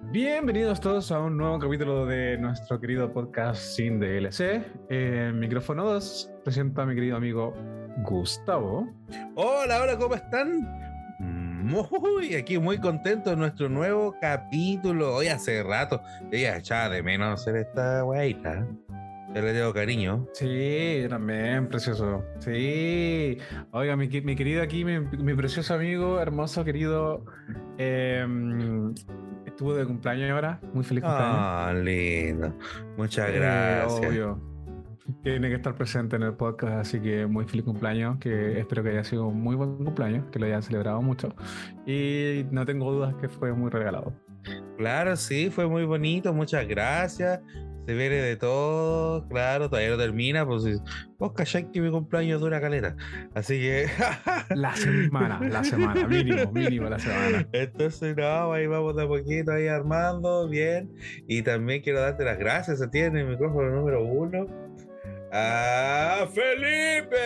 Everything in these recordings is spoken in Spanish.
Bienvenidos todos a un nuevo capítulo de nuestro querido podcast Sin DLC. Micrófono 2, presento a mi querido amigo Gustavo. Hola, hola, ¿cómo están? Aquí muy contento de nuestro nuevo capítulo. Hoy hace rato, yo ya echaba de menos hacer esta weita. Yo le tengo cariño. Sí, también, precioso. Sí. Oiga, mi querido aquí, mi precioso amigo, hermoso, querido. Estuvo de cumpleaños ahora. Muy feliz cumpleaños. Ah, lindo. Muchas gracias. Obvio. Tiene que estar presente en el podcast, así que muy feliz cumpleaños, que espero que haya sido un muy buen cumpleaños, que lo hayan celebrado mucho y no tengo dudas que fue muy regalado. Claro, sí, fue muy bonito. Muchas gracias. Se viene de todo, claro, todavía no termina, pues vos cachai que mi cumpleaños dura caleta. Así que La semana, mínimo la semana. entonces, no, ahí vamos de a poquito ahí armando, bien. Y también quiero darte las gracias a ti en el micrófono número 1. ¡A Felipe!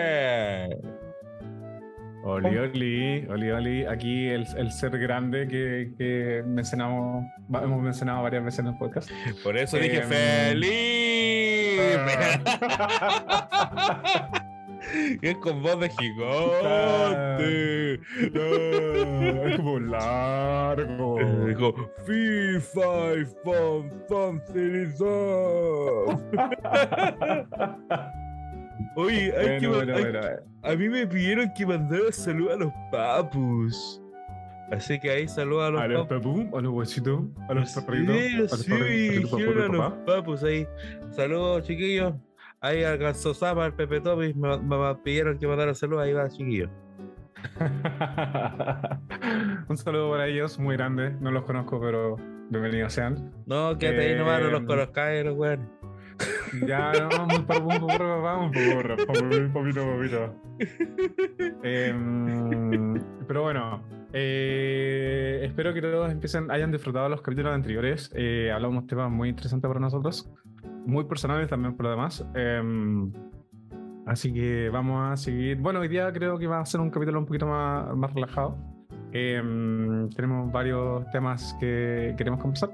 Oli. Aquí el ser grande que hemos mencionado varias veces en el podcast. Por eso dije Felipe. Es con voz de gigante. Es como largo. Dijo FIFA y Fun Oye, a mí me pidieron que mandara salud a los papus. Así que ahí saluda a los papus, a los huesitos, a los perritos. Sí, dijeron a los papus ahí. Saludos, chiquillos. Ahí alcanzó Zapa, el Pepe Topi, me pidieron que mandara salud, ahí va, chiquillos. Un saludo para ellos, muy grande. No los conozco, pero bienvenidos sean. No, quédate ahí nomás, no los conozcáis, los weones. Ya, no, vamos por papito. Pero bueno, espero que todos hayan disfrutado los capítulos anteriores. Hablamos temas muy interesantes para nosotros, muy personales también por lo demás. Así que vamos a seguir. Bueno, hoy día creo que va a ser un capítulo un poquito más relajado. Tenemos varios temas que queremos conversar.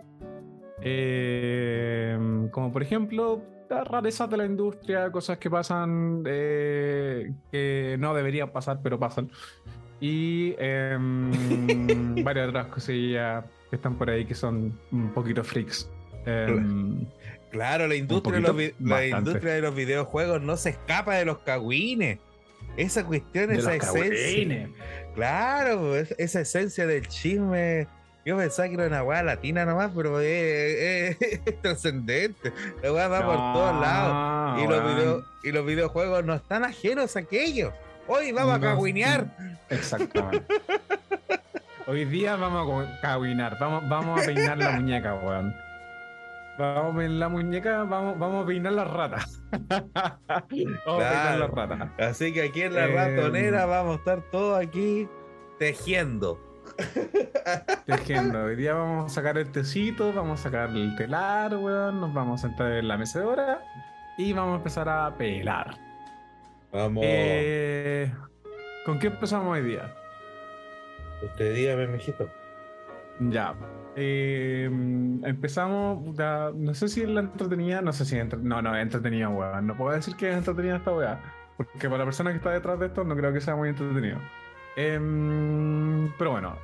Como por ejemplo rarezas de la industria, cosas que pasan que no deberían pasar pero pasan, y varias otras cosillas que están por ahí que son un poquito freaks. Claro, la industria de los videojuegos no se escapa de los cagüines. Esa cuestión, esa esencia. Claro, esa esencia del chisme. Yo pensaba que era una weá latina nomás, pero es trascendente. La weá va por todos lados. Y los videojuegos no están ajenos a aquello. Hoy vamos a cagüinear. Exactamente. Hoy día vamos a cagüinar. Vamos a peinar la muñeca, weón. Vamos a peinar la muñeca, vamos a peinar la rata. A peinar la rata. Así que aquí en la ratonera vamos a estar todos aquí tejiendo. Hoy día vamos a sacar el tecito, vamos a sacar el telar, weón, nos vamos a sentar en la mecedora y vamos a empezar a pelar. Vamos. ¿Con qué empezamos hoy día? Usted dígame, mijito. Ya. Empezamos. No sé si es la entretenida. No sé si es entretenida, weón. No puedo decir que es entretenida esta weá, porque para la persona que está detrás de esto no creo que sea muy entretenido. Pero bueno,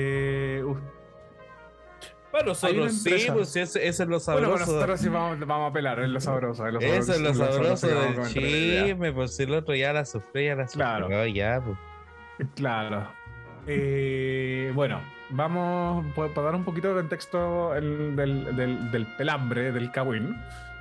para nosotros sí, pues eso es lo sabroso. Bueno, nosotros sí vamos a pelar, es lo sabroso. Eso es lo sabroso del chisme, pues si el otro ya la sufrió, claro. Ya, pues. Claro. Bueno, vamos para dar un poquito de contexto del pelambre, del cagüín.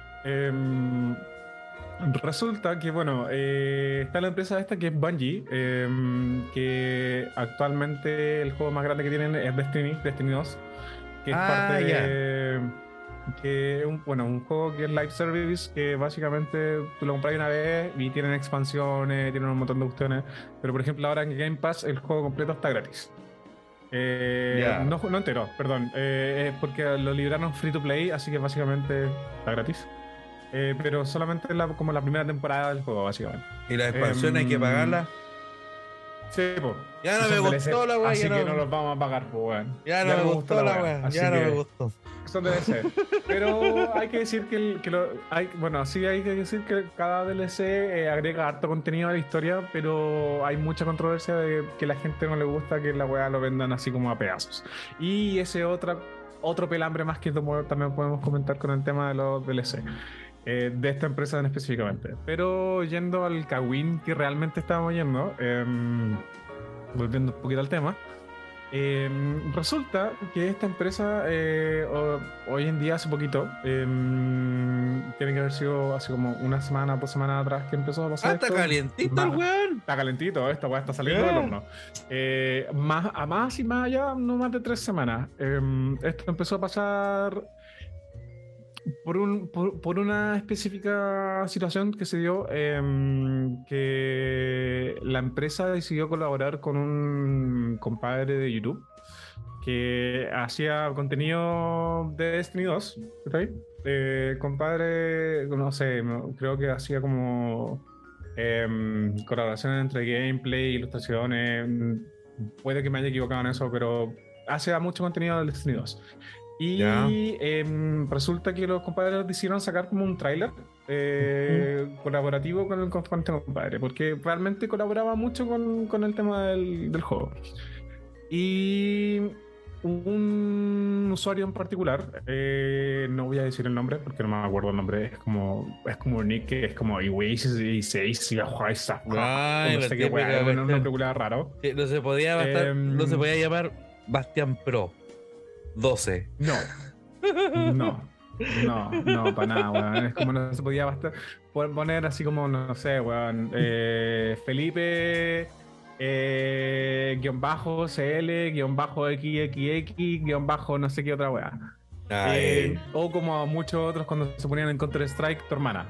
Resulta que, bueno, está la empresa esta que es Bungie, que actualmente el juego más grande que tienen es Destiny 2, que es parte de un juego que es live service, que básicamente tú lo compras una vez y tienen expansiones, tienen un montón de opciones, pero por ejemplo ahora en Game Pass el juego completo está gratis. No entero, perdón, porque lo liberaron free to play, así que básicamente está gratis. Pero solamente como la primera temporada del juego, básicamente. ¿Y la expansión hay que pagarla? Sí, pues. Ya no me gustó la weá. Así que no los vamos a pagar, pues, weón. Ya no me gustó la weá. Ya no me gustó. Son DLC. Pero hay que decir sí hay que decir que cada DLC agrega harto contenido a la historia, pero hay mucha controversia de que la gente no le gusta que la weá lo vendan así como a pedazos. Y ese otro pelambre más que también podemos comentar con el tema de los DLC. De esta empresa específicamente. Pero yendo al Kawin que realmente estábamos yendo, volviendo un poquito al tema, resulta que esta empresa hoy en día, hace poquito, tiene que haber sido hace como una semana, 2 semanas atrás que empezó a pasar. Está calientito el weón. Está calentito, esta weá está saliendo del horno. Más y más allá, no más de 3 semanas. Esto empezó a pasar por una específica situación que se dio, que la empresa decidió colaborar con un compadre de YouTube que hacía contenido de Destiny 2, ¿sí? Compadre, no sé, creo que hacía como colaboraciones entre gameplay, ilustraciones, puede que me haya equivocado en eso, pero hacía mucho contenido de Destiny 2. Y resulta que los compadres decidieron sacar como un tráiler colaborativo con el compadre, porque realmente colaboraba mucho con el tema del juego. Y un usuario en particular, no voy a decir el nombre porque no me acuerdo el nombre, es como un nick que es como Iways16 no sé qué wea, un nombre raro. No se podía no se podía llamar Bastian Pro 12. No, para nada, weón. Es como no se podía poner así como, no sé, weón. Felipe _CL _XXX no sé qué otra weá. O como muchos otros cuando se ponían en Counter Strike, tu hermana.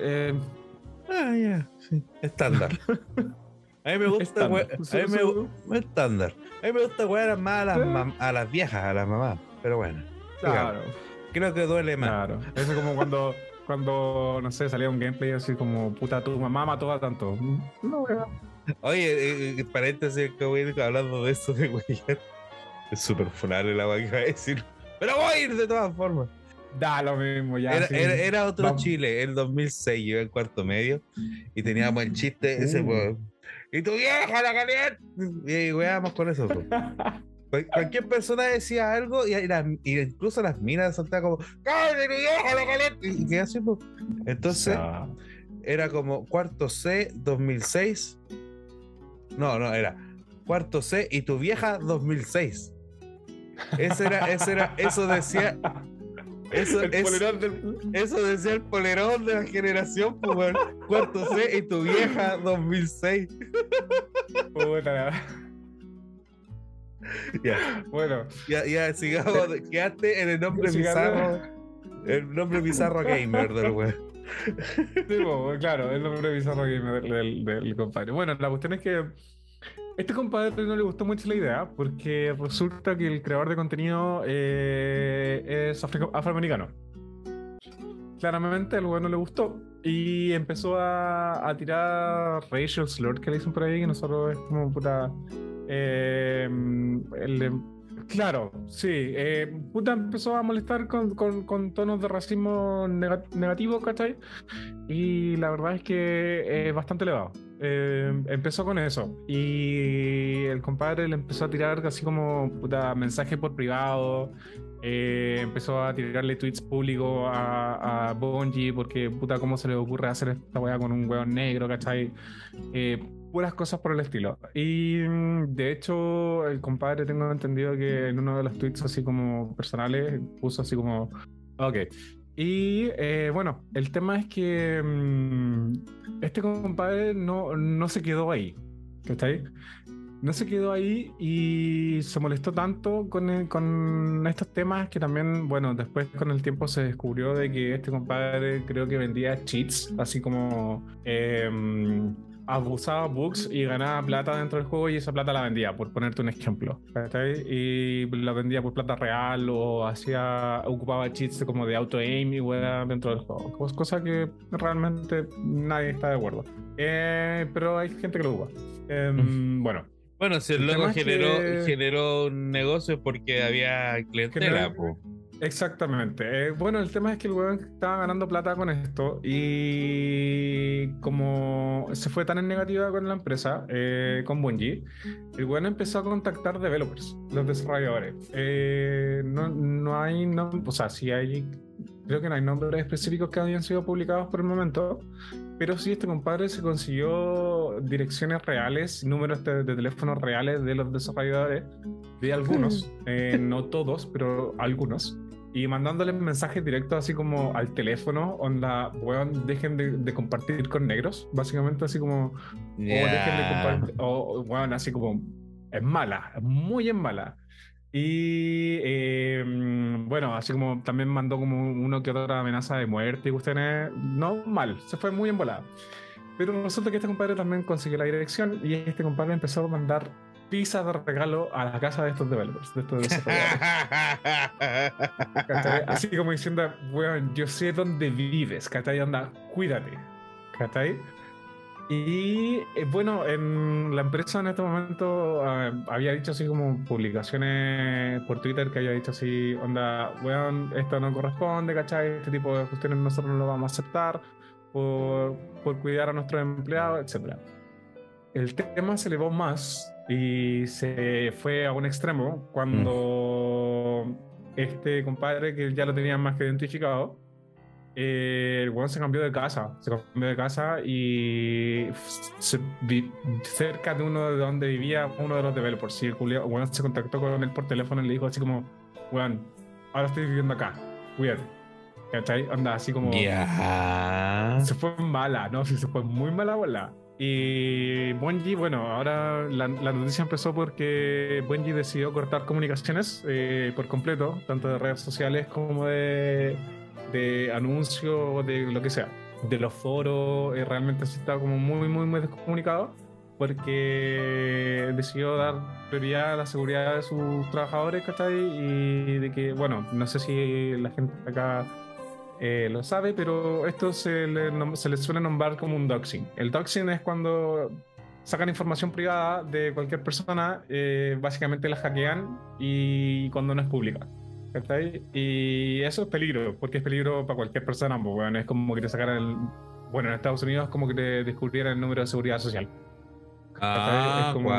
Sí. Estándar. A mí me gusta estándar. A mí me gusta wear más a las viejas, a las mamás. Pero bueno. Claro. Creo que duele más. Claro. Eso es como cuando no sé, salía un gameplay así como puta, tu mamá mató a tanto. No, weón. Oye, paréntesis, hablando de eso de weyar. Es súper funable la weá que iba a decir. Pero voy a ir de todas formas. Da lo mismo, ya. Era otro Chile, el 2006, yo en cuarto medio. Y teníamos el chiste ese, pues. ¡Y tu vieja la caliente! Y weábamos con eso, pues. Cualquier persona decía algo y incluso las minas saltaban como ¡cállate, tu vieja la caliente! Y qué así, pues. Entonces, era como cuarto C 2006. No, era cuarto C y tu vieja 2006. Eso decía. Eso decía el polerón de la generación, pues, bueno. Cuarto C y tu vieja 2006. Puta. Ya. Bueno. Ya, sigamos. Quedaste en el nombre bizarro. El nombre bizarro gamer del web. Sí, claro, el nombre bizarro gamer del compadre. Bueno, la cuestión es que este compadre no le gustó mucho la idea porque resulta que el creador de contenido es afroamericano. Claramente al güey no le gustó y empezó a tirar racial slur que le dicen por ahí, que nosotros es como puta. Claro, sí. Puta empezó a molestar con tonos de racismo negativo, ¿cachai? Y la verdad es que es bastante elevado. Empezó con eso y el compadre le empezó a tirar así como puta mensaje por privado. Empezó a tirarle tweets públicos a Bungie porque puta cómo se le ocurre hacer esta weá con un weón negro, ¿cachai? Puras cosas por el estilo. Y de hecho el compadre, tengo entendido que en uno de los tweets así como personales puso así como ok. Y bueno, el tema es que este compadre no se quedó ahí, ¿cachai? No se quedó ahí y se molestó tanto con estos temas que también, bueno, después con el tiempo se descubrió de que este compadre creo que vendía cheats, así como abusaba bugs y ganaba plata dentro del juego y esa plata la vendía, por ponerte un ejemplo, ¿cachai? Y la vendía por plata real o ocupaba cheats como de auto-aim y weá dentro del juego, cosa que realmente nadie está de acuerdo. Pero hay gente que lo ocupa. Bueno. Bueno, si el loco generó un negocio porque había clientela, pues. Exactamente. Bueno, el tema es que el weón estaba ganando plata con esto y como se fue tan en negativa con la empresa, con Bungie, el weón empezó a contactar developers, los desarrolladores. No hay, o sea, sí hay, creo que no hay nombres específicos que hayan sido publicados por el momento, pero sí este compadre se consiguió direcciones reales, números de teléfonos reales de los desarrolladores, de algunos, no todos, pero algunos. Y mandándoles mensajes directos así como al teléfono, onda, weón, dejen de compartir con negros, básicamente así como, Yeah. o dejen de compartir, o weón, así como, es mala, muy en mala. Y bueno, así como también mandó como uno que otra amenaza de muerte y cuestiones, no mal, se fue muy embolada. Pero resulta que este compadre también consiguió la dirección y este compadre empezó a mandar pizzas de regalo a la casa de estos developers, de estos desarrolladores. ¿Cachai? Así como diciendo, weón, yo sé dónde vives, ¿cachai? Anda, cuídate, ¿cachai? Y bueno, en la empresa en este momento había dicho así como publicaciones por Twitter que había dicho así, onda, weón, esto no corresponde, ¿cachai? Este tipo de cuestiones nosotros no lo vamos a aceptar por cuidar a nuestros empleados, etc. El tema se elevó más y se fue a un extremo cuando este compadre, que ya lo tenían más que identificado, el weón se cambió de casa. Se cambió de casa y cerca de uno de donde vivía uno de los developers. Y el weón se contactó con él por teléfono y le dijo así como, weón, ahora estoy viviendo acá, cuídate. ¿Cachai? Anda, así como... Se fue mala, ¿no? Sí, se fue muy mala bola. Y Bungie, bueno, ahora la noticia empezó porque Bungie decidió cortar comunicaciones por completo, tanto de redes sociales como de anuncios, de lo que sea, de los foros. Realmente se estaba como muy descomunicado porque decidió dar prioridad a la seguridad de sus trabajadores, ¿cachai? Y de que, bueno, no sé si la gente acá lo sabe, pero esto se le suele nombrar como un doxing. El doxing es cuando sacan información privada de cualquier persona, básicamente la hackean y cuando no es pública. ¿Cachai? Y eso es peligro, porque es peligro para cualquier persona. Pues, bueno, es como que te sacaran bueno, en Estados Unidos es como que te descubrieran el número de seguridad social. ¿Cachai? Es como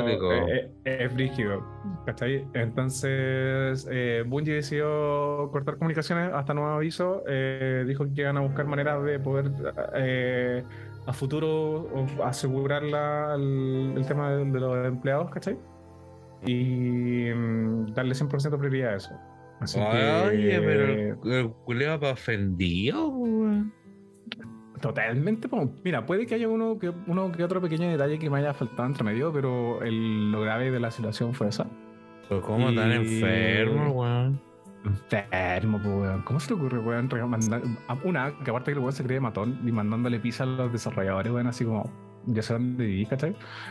es brígido, ¿cachai? Entonces Bungie decidió cortar comunicaciones hasta nuevo aviso. Dijo que iban a buscar maneras de poder a futuro asegurar el tema de los empleados, ¿cachai? Y darle 100% prioridad a eso. Así Oye, pero el culeo para ofendido, weón. Totalmente, mira, puede que haya uno que otro pequeño detalle que me haya faltado entre medio, pero lo grave de la situación fue esa. Pero ¿cómo tan enfermo, weón? Enfermo, pues, weón. ¿Cómo se le ocurre, weón, mandar que aparte que el weón se cree matón y mandándole pizza a los desarrolladores, weón, así como, yo sé dónde vivís, ¿cachai?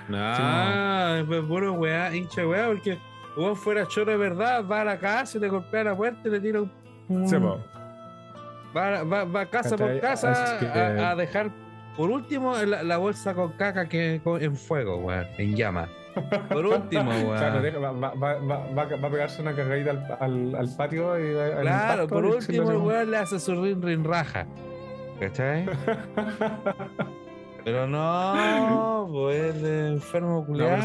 No, es puro weá, hincha weá, porque weón fuera choro de verdad, va a la casa y le golpea la puerta y le tira un... Sí, po. Va casa por casa a dejar por último la bolsa con caca en fuego, weón, en llama. Por último, weón. Claro, va a pegarse una cagadita al patio. Claro, por último, el weón le hace su rin raja. ¿Cachai? Pero no, pues de enfermo culiado.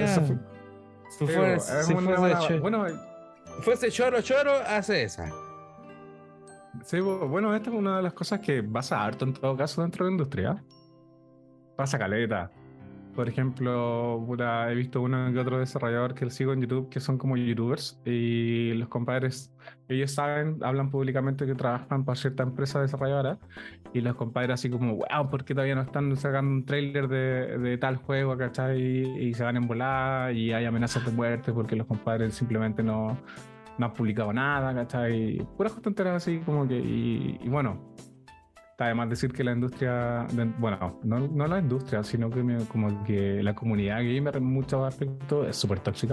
Bueno, fuese choro, hace esa. Sí, bueno, esta es una de las cosas que pasa harto en todo caso dentro de la industria. Pasa caleta. Por ejemplo, he visto uno que otro desarrollador que sigo en YouTube que son como youtubers y los compadres, ellos saben, hablan públicamente que trabajan para cierta empresa desarrolladora y los compadres así como, wow, ¿por qué todavía no están sacando un trailer de tal juego, ¿cachai? Y se van en volada y hay amenazas de muerte porque los compadres simplemente no han publicado nada, ¿cachai? Puras tonteras así como que, y bueno, está de más decir que la industria, bueno, no la industria, sino que como que la comunidad gamer en muchos aspectos es súper tóxica.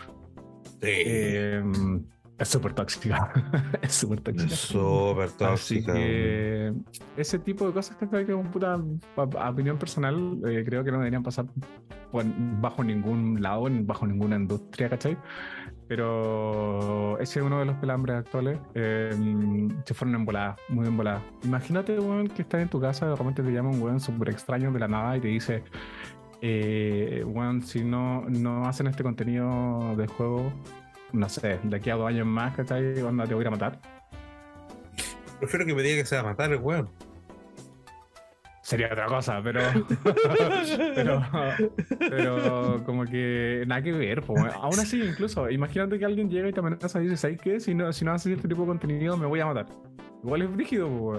Es súper tóxica. Es súper tóxica. Súper tóxica. Así que ese tipo de cosas que puta opinión personal, creo que no deberían pasar bajo ningún lado, bajo ninguna industria, ¿cachai? Pero ese es uno de los pelambres actuales. Se fueron emboladas, muy emboladas. Imagínate, weón, que estás en tu casa, de repente te llama un weón súper extraño de la nada y te dice, weón, si no hacen este contenido de juego, no sé, de aquí a 2 años más, ¿cachai? Onda, te voy a ir a matar. Prefiero que me diga que se va a matar el weón. Sería otra cosa, pero como que nada que ver, pues. Aún así, incluso, imagínate que alguien llega y te amenaza y dice, ¿sabes qué? Si no haces este tipo de contenido, me voy a matar. Igual es brígido, pues.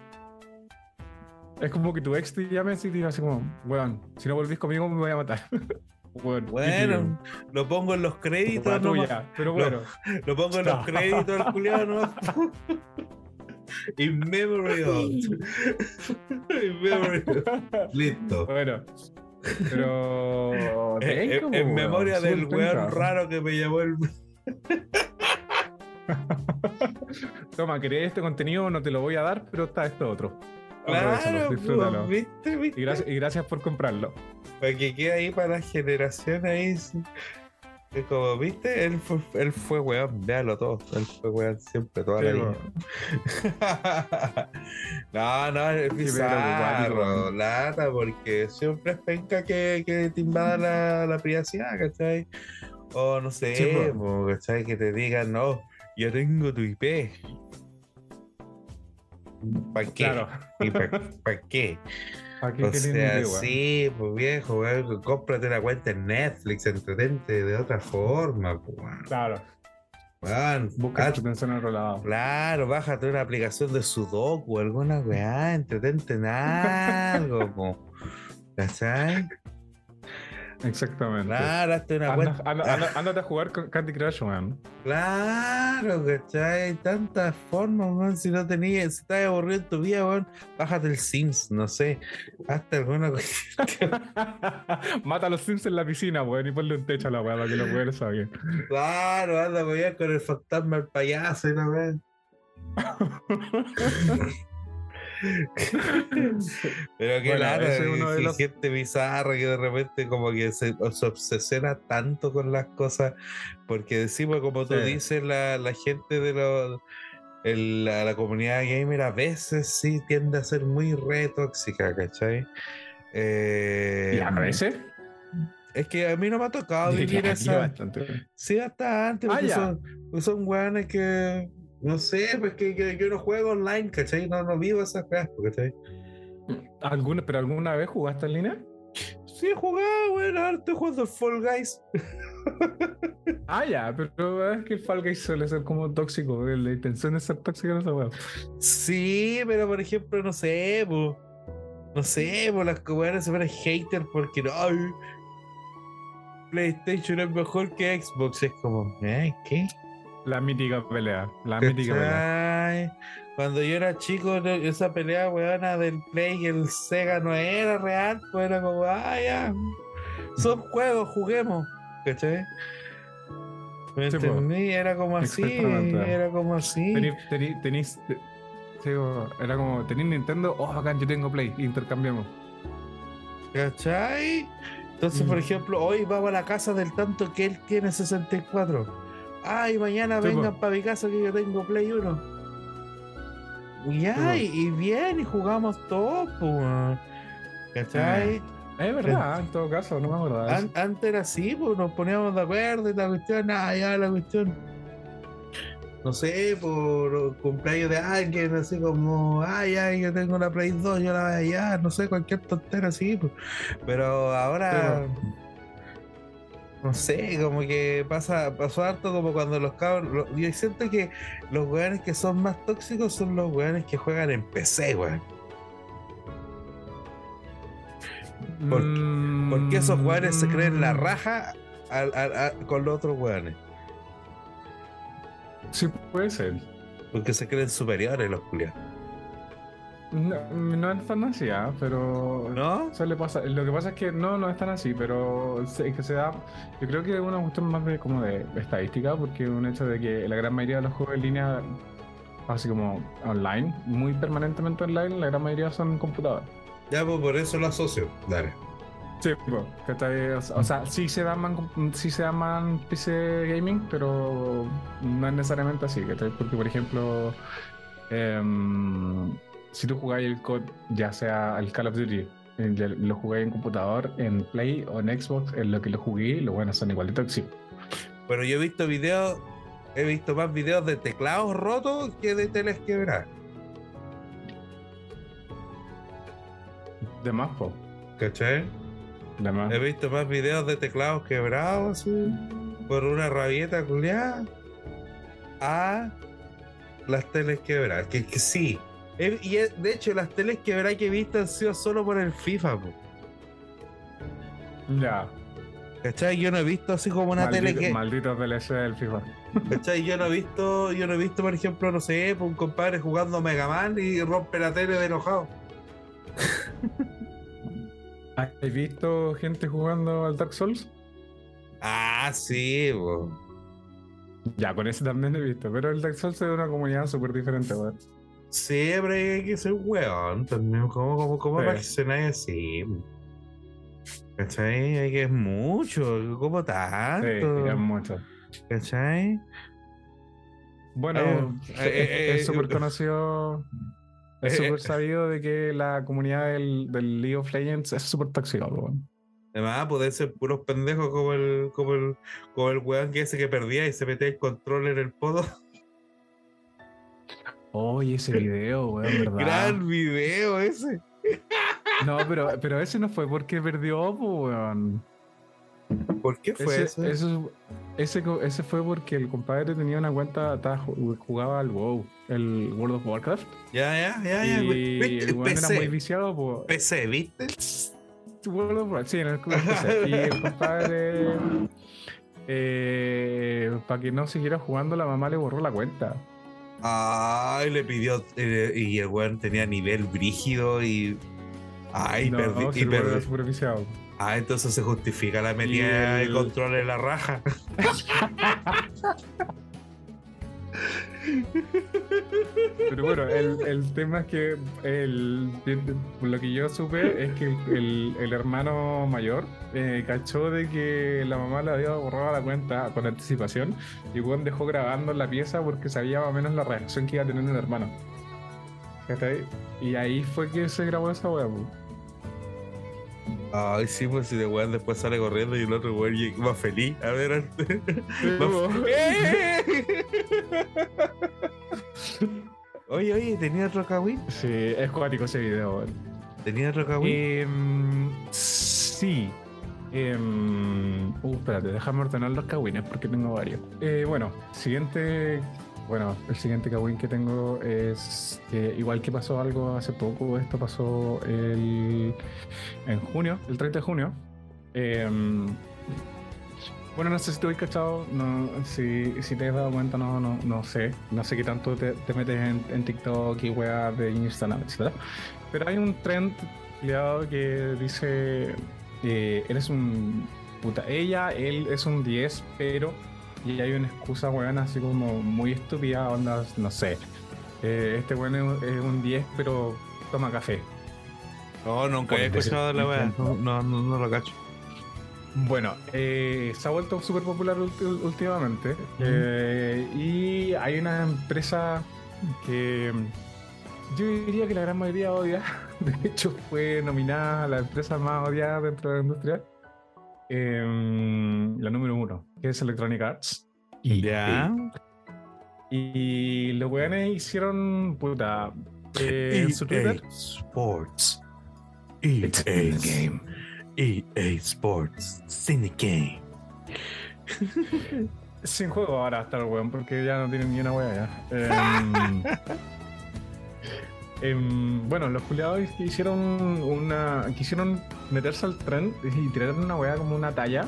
Es como que tu ex te llame y te diga así como, weón, si no volvís conmigo me voy a matar. Bueno, lo pongo en los créditos, pero bueno. Lo pongo en los créditos al culiao, ¿no? In memory of. In memory of. Listo. Bueno, pero en memoria del weón raro que me llamó el. Toma, ¿querés este contenido? No te lo voy a dar, pero está esto otro. Claro, disfrútalo. ¿viste? Y gracias por comprarlo. Para que quede ahí para la generación ahí. Como viste, él fue weón, véalo todo. Él fue weón siempre, toda la vida. No, es bizarro, lata, porque siempre es penca que te invada la privacidad, ¿cachai? O no sé, sí, ¿cachai? Que te digan, no, yo tengo tu IP. ¿Para qué? Claro. ¿Y para qué? O sea, sí, pues viejo, weón, cómprate una cuenta en Netflix, entretente de otra forma, pues. Claro. Bueno, busca entretención en otro lado. Claro, bájate una aplicación de Sudoku, alguna weá, entretente en algo, pues. ¿Cachai? Exactamente. Claro, hazte una cuenta. Ándate a jugar con Candy Crush, man. Claro, ¿cachai? Tantas formas, man. Si no tenías, si estás aburrido en tu vida, weón, bájate el Sims, no sé. Hazte alguna cosa. Mata a los Sims en la piscina, weón, y ponle un techo a la weá para que los weones salgan. Claro, anda weón con el fantasma el payaso y la weón. Pero que claro, es gente bizarra que de repente como que se obsesiona tanto con las cosas, porque decimos, como tú dices, la gente de la comunidad gamer a veces sí tiende a ser muy re tóxica, ¿cachai? ¿Y a veces? Es que a mí no me ha tocado vivir esa. Bastante. Sí, bastante, porque son weones que no sé, pues que yo no juego online, ¿cachai? No vivo esas cosas, ¿cachai? ¿Pero alguna vez jugaste en línea? Sí, he jugado, bueno, ahora estoy jugando el Fall Guys. Ya, pero es que el Fall Guys suele ser como tóxico, la intención es ser tóxico en esa weá. Sí, pero por ejemplo, no sé, las weones se ponen hater porque no, PlayStation es mejor que Xbox, es como, ¿qué? La mítica pelea. Cuando yo era chico, esa pelea weona del Play y el Sega no era real, pues era como, ya, son juegos, juguemos, ¿cachai? ¿Me entendí? Era como así, era como así. Era como, tenís Nintendo, bacán, yo tengo Play, intercambiamos. ¿Cachai? Entonces, por ejemplo, hoy vamos a la casa del tanto que él tiene 64. Y mañana vengan para mi casa que yo tengo Play 1. Y bien, y jugamos todo, pues. ¿Cachai? Es verdad, en todo caso, no me acuerdo. Antes era así, pues nos poníamos de acuerdo y la cuestión, la cuestión. No sé, por cumpleaños de alguien, así como, yo tengo la Play 2, yo la voy a hallar, no sé, cualquier tontera así, pues. Pero ahora. No sé, como que pasó harto como cuando los cabros. Yo siento que los weones que son más tóxicos son los weones que juegan en PC, weón. Porque esos weones se creen la raja con los otros weones. Sí, puede ser. Porque se creen superiores los culiados. No es tan así, pero ¿No? suele pasar. Lo que pasa es que no es tan así, pero es que se da. Yo creo que es una cuestión más de como de estadística, porque un hecho de que la gran mayoría de los juegos en línea, así como online, muy permanentemente online, la gran mayoría son en computador. Ya, pues por eso lo asocio. Dale. Sí, pues, o sea, sí se llaman PC gaming, pero no es necesariamente así, ¿cachai? Porque, por ejemplo, si tú jugáis el COD, ya sea el Call of Duty, lo jugáis en computador, en Play o en Xbox, en lo que lo jugué, los buenos son igual de tóxicos. Pero yo he visto más videos de teclados rotos que de teles quebradas. De más, po. ¿Cachai? De más. He visto más videos de teclados quebrados, así, por una rabieta culiada, a las teles quebradas. Que sí. De hecho, las teles quebradas que he visto han sido solo por el FIFA, po. Ya. ¿Cachai? Yo no he visto así como una tele que. Maldito DLC del FIFA. ¿Cachai? Yo no he visto, por ejemplo, no sé, un compadre jugando Mega Man y rompe la tele de enojado. ¿Has visto gente jugando al Dark Souls? Ah, sí, po. Ya, con ese también he visto, pero el Dark Souls es una comunidad súper diferente, weón. Siempre hay que ser weón también. ¿Cómo Sí. reaccionáis así? ¿Cachai? Hay que es mucho, como tanto. Sí, es mucho. ¿Cachai? Bueno, es súper conocido, es súper sabido de que la comunidad del League of Legends es súper tóxica, weón. Además, puede ser puros pendejos como el weón que ese que perdía y se metía el control en el podo. Oye, ese video, weón, ¿verdad? Gran video ese. No, pero ese no fue porque perdió, weón. ¿Por qué fue eso? Ese fue porque el compadre tenía una cuenta, jugaba al WoW, el World of Warcraft. Ya. Y el weón era muy viciado, pues. PC, ¿viste? World of Warcraft, sí, en el PC. Y el compadre, para que no siguiera jugando, la mamá le borró la cuenta. Ay, le pidió. Y el weón tenía nivel brígido y. Ay, no, perdí. Y perdí. Super viciado. Ah, entonces se justifica la metida de control en la raja. Pero bueno, el tema es que lo que yo supe es que el hermano mayor cachó de que la mamá le había borrado la cuenta con anticipación y Juan dejó grabando en la pieza porque sabía más o menos la reacción que iba a tener el hermano. ¿Cachai? Y ahí fue que se grabó esa wea, pues. Ay, sí, pues si de weón después sale corriendo y el otro weón va feliz. A ver, Oye, ¿tenía otro Kawin? Sí, es cuático ese video, weón. ¿Tenía otro Kawin? Sí. Espérate, déjame ordenar los Kawines porque tengo varios. Bueno, el siguiente Kawin que tengo es igual que pasó algo hace poco. Esto pasó en junio, el 30 de junio. Bueno, no sé si te voy cachado, si te has dado cuenta, no sé qué tanto te metes en TikTok y weas de Instagram, etc. Pero hay un trend que dice, eres un puta, él es un 10, pero, y hay una excusa weón así como muy estúpida, onda, no sé, este weón es un 10, pero toma café. No, nunca he escuchado de la wea, no lo cacho. Bueno, se ha vuelto súper popular últimamente. Y hay una empresa que yo diría que la gran mayoría odia. De hecho, fue nominada a la empresa más odiada dentro de la industria. La número 1, que es Electronic Arts. Ya. Y los weones hicieron, puta, en su Twitter. Sports. EA Game. EA Sports Syndicate. Sin juego ahora hasta el weón, porque ya no tienen ni una wea ya. Bueno, los culiados quisieron meterse al tren y tirar una wea como una talla.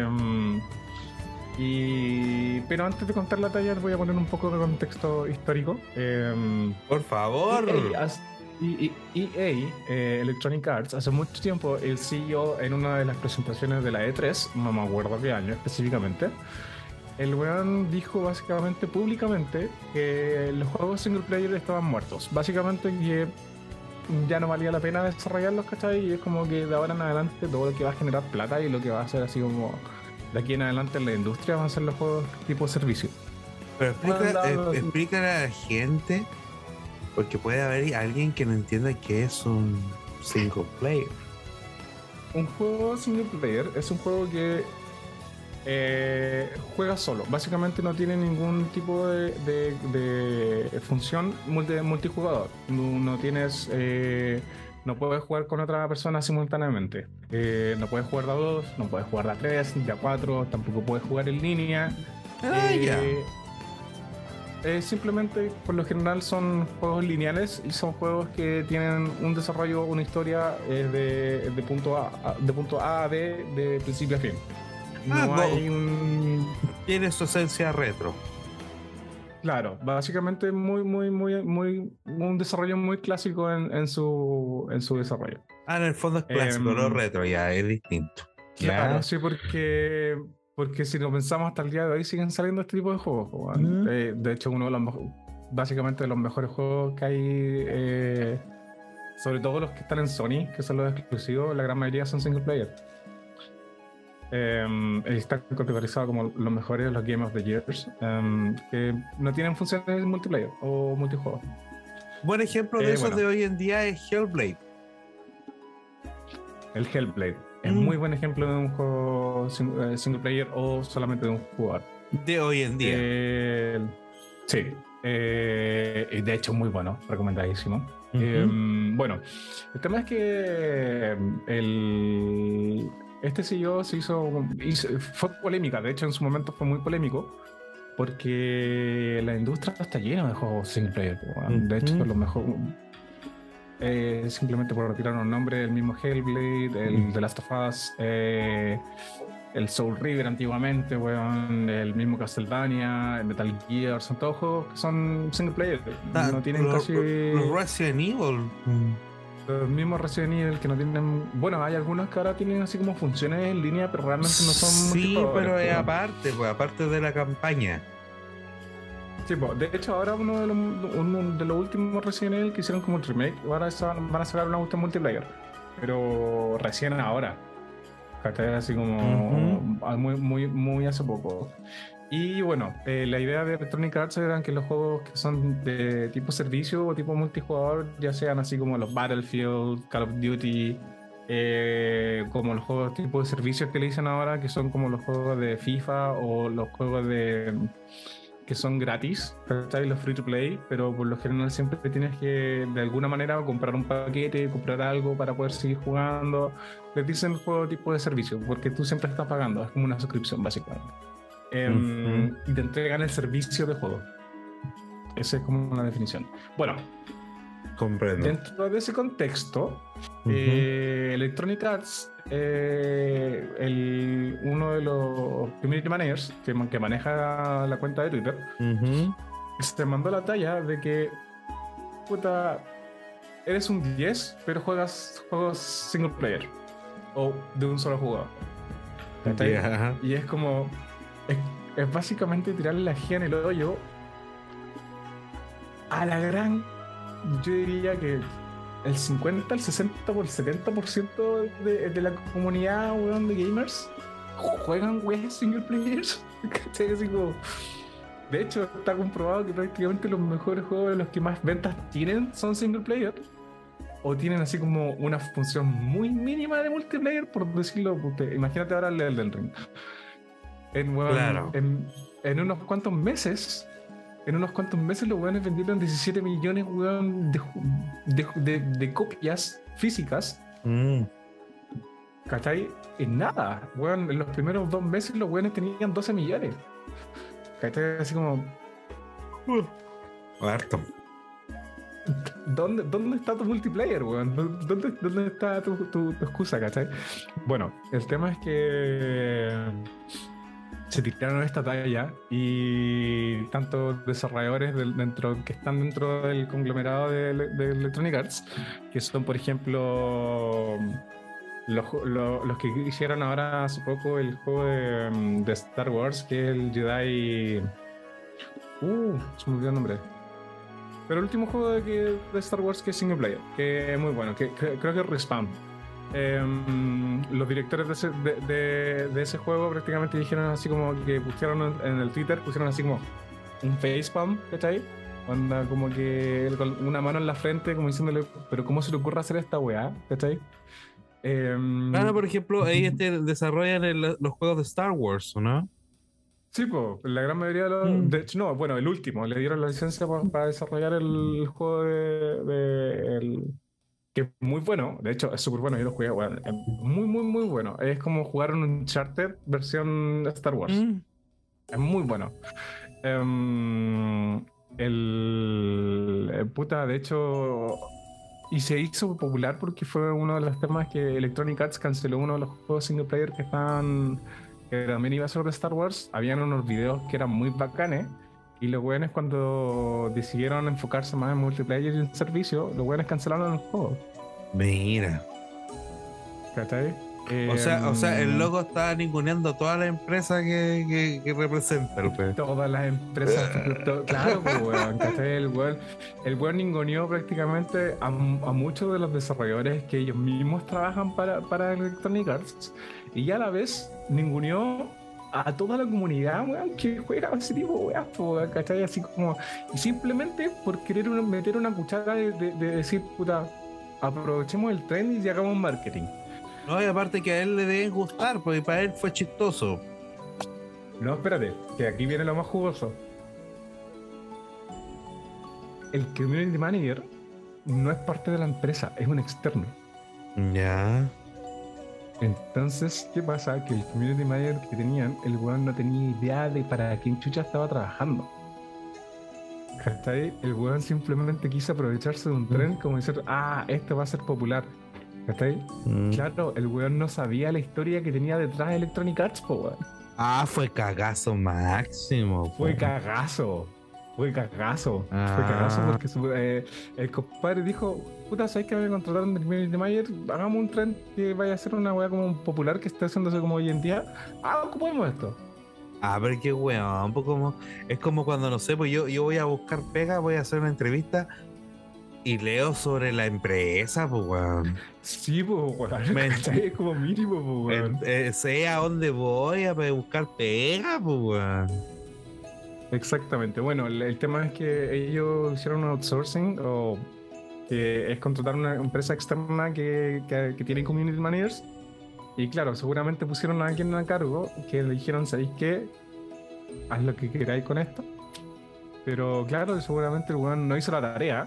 Pero antes de contar la talla, les voy a poner un poco de contexto histórico. Por favor. EA, Electronic Arts, hace mucho tiempo, el CEO en una de las presentaciones de la E3, no me acuerdo qué año específicamente, el weón dijo básicamente públicamente que los juegos single player estaban muertos. Básicamente que ya no valía la pena desarrollarlos, ¿cachai? Y es como que de ahora en adelante todo lo que va a generar plata y lo que va a hacer así como de aquí en adelante en la industria van a ser los juegos tipo servicio. Pero explícale a la gente, porque puede haber alguien que no entienda qué es un single player. Un juego single player es un juego que juega solo. Básicamente no tiene ningún tipo de función multijugador. No tienes... no puedes jugar con otra persona simultáneamente. No puedes jugar de a 2, no puedes jugar de a 3, de a 4, tampoco puedes jugar en línea. Simplemente, por lo general, son juegos lineales y son juegos que tienen un desarrollo, una historia de punto A a B, de principio a fin. No hay un... Tiene su esencia retro. Claro, básicamente un desarrollo muy clásico en su desarrollo. En el fondo es clásico, no retro, ya es distinto. Claro, ¿ya? Sí, porque si lo pensamos hasta el día de hoy siguen saliendo este tipo de juegos. De hecho, uno de los básicamente de los mejores juegos que hay, sobre todo los que están en Sony, que son los exclusivos, la gran mayoría son single player. Están categorizados como los mejores de los Game of the Years, que no tienen funciones multiplayer o multijugador. Buen ejemplo de esos de hoy en día es Hellblade. El Hellblade es muy buen ejemplo de un juego single player o solamente de un jugador. De hoy en día. Sí. De hecho, muy bueno, recomendadísimo. Bueno, el tema es que este CEO fue polémica, de hecho en su momento fue muy polémico, porque la industria está llena de juegos single player. De hecho, lo mejor... simplemente por retirar un nombre, el mismo Hellblade, el The Last of Us, el Soul River antiguamente, el mismo Castlevania, el Metal Gear, son todos juegos que son single player. No tienen casi... Los Resident Evil. Los mismos Resident Evil que no tienen... Bueno, hay algunos que ahora tienen así como funciones en línea, pero realmente no son... Sí, pero es aparte de la campaña. Sí, de hecho ahora uno de los últimos Resident Evil que hicieron como el remake, ahora van a sacar una cuestión multiplayer, pero recién ahora, así como muy hace poco. Y bueno, la idea de Electronic Arts era que los juegos que son de tipo servicio o tipo multijugador, ya sean así como los Battlefield, Call of Duty, como los juegos tipo de servicios que le dicen ahora, que son como los juegos de FIFA o los juegos que son gratis, ¿cachai? Los free to play, pero por lo general siempre tienes que de alguna manera comprar un paquete, comprar algo para poder seguir jugando. Les dicen juego tipo de servicio, porque tú siempre estás pagando, es como una suscripción básicamente. Y te entregan el servicio de juego. Esa es como una definición. Bueno, comprendo. Dentro de ese contexto, Electronic Arts, uno de los community managers que maneja la cuenta de Twitter, se mandó la talla de que, puta, eres un 10, pero juegas juegos single player o de un solo jugador. Y es como, es básicamente tirarle la gía en el hoyo a la gran, yo diría que el 50, el 60, el 70% de la comunidad, weón, de gamers juegan weas single players. Así como, de hecho, está comprobado que prácticamente los mejores juegos de los que más ventas tienen son single player. O tienen así como una función muy mínima de multiplayer, por decirlo. Imagínate ahora el Elden Ring. En unos cuantos meses los weones vendieron 17 millones, weón, de copias físicas. ¿Cachai? En nada, weón. En los primeros 2 meses los weones tenían 12 millones. ¿Cachai? Así como... Harto. ¿Dónde está tu multiplayer, weón? ¿Dónde está tu excusa, cachai? Bueno, el tema es que se tiraron esta talla y tantos desarrolladores que están dentro del conglomerado de Electronic Arts, que son, por ejemplo, los que hicieron ahora hace poco el juego de Star Wars, que es el Jedi. Se me olvidó el nombre. Pero el último juego de Star Wars que es single player, que es muy bueno, creo que es Respawn. Los directores de ese juego prácticamente dijeron así como que pusieron en el Twitter, pusieron así como un facepalm, ¿cachai? Onda como que con una mano en la frente como diciéndole, pero ¿cómo se le ocurre hacer esta weá? ¿Cachai? Claro, por ejemplo, ahí desarrollan los juegos de Star Wars, ¿o no? Sí, pues, la gran mayoría de los... De hecho, no, bueno, el último, le dieron la licencia para desarrollar el juego que es muy bueno, de hecho es súper bueno, yo lo jugué, bueno, es muy, muy, muy bueno. Es como jugar un Uncharted versión Star Wars. Es muy bueno. Puta, de hecho... Y se hizo popular porque fue uno de los temas que Electronic Arts canceló uno de los juegos single player que también iba a ser de Star Wars. Habían unos videos que eran muy bacanes. Y los weones, cuando decidieron enfocarse más en multiplayer y en servicio, los weones cancelaron el juego. Mira. ¿Cachai? O sea, el logo estaba ninguneando todas las empresas que representa. Todas las empresas, claro, pues, weón, ¿cachai? El weón ninguneó prácticamente a muchos de los desarrolladores que ellos mismos trabajan para Electronic Arts, y ya a la vez ninguneó a toda la comunidad, weón, que juega ese tipo de weón, ¿cachai? Así como, y simplemente por querer meter una cuchara de decir, puta, aprovechemos el trend y hagamos marketing. No, y aparte que a él le deben gustar, porque para él fue chistoso. No, espérate, que aquí viene lo más jugoso. El community manager no es parte de la empresa, es un externo. Ya. Entonces, ¿qué pasa? Que el community manager que tenían, el weón no tenía idea de para quién chucha estaba trabajando. ¿Cachai? El weón simplemente quiso aprovecharse de un tren como decir, esto va a ser popular. ¿Cachai? Claro, el weón no sabía la historia que tenía detrás de Electronic Arts, po, weón. Fue cagazo máximo. Fue cagazo. Fue cagazo porque el compadre dijo, puta, ¿sabes que me contrataron del community manager? Hagamos un tren que vaya a ser una weá como popular que esté haciéndose como hoy en día. Ocupemos esto. Pero qué weón, es como cuando, no sé, pues yo voy a buscar pega, voy a hacer una entrevista y leo sobre la empresa, pues weón. Sí, pues weón. Es como mínimo, pues weón. Sé a dónde voy a buscar pega, pues weón. Exactamente. Bueno, el tema es que ellos hicieron un outsourcing, o que es contratar una empresa externa que tiene community managers. Y claro, seguramente pusieron a alguien a cargo que le dijeron, ¿sabéis qué? Haz lo que queráis con esto. Pero claro, seguramente el weón no hizo la tarea.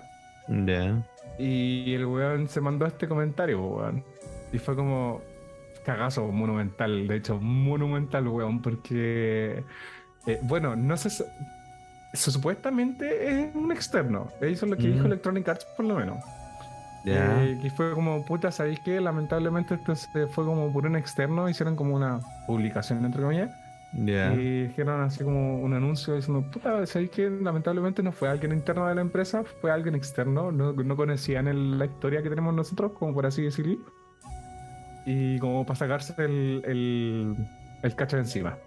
Y el weón se mandó este comentario, weón. Y fue como cagazo monumental, de hecho, monumental, weón, porque bueno, no sé, supuestamente es un externo. Eso es lo que dijo Electronic Arts, por lo menos. Que fue como, puta, ¿sabéis qué? Lamentablemente esto se fue como por un externo, hicieron como una publicación, entre comillas. Y dijeron así como un anuncio diciendo, puta, ¿sabéis qué? Lamentablemente no fue alguien interno de la empresa, fue alguien externo, no conocían la historia que tenemos nosotros, como por así decirlo. Y como para sacarse el cacho de encima.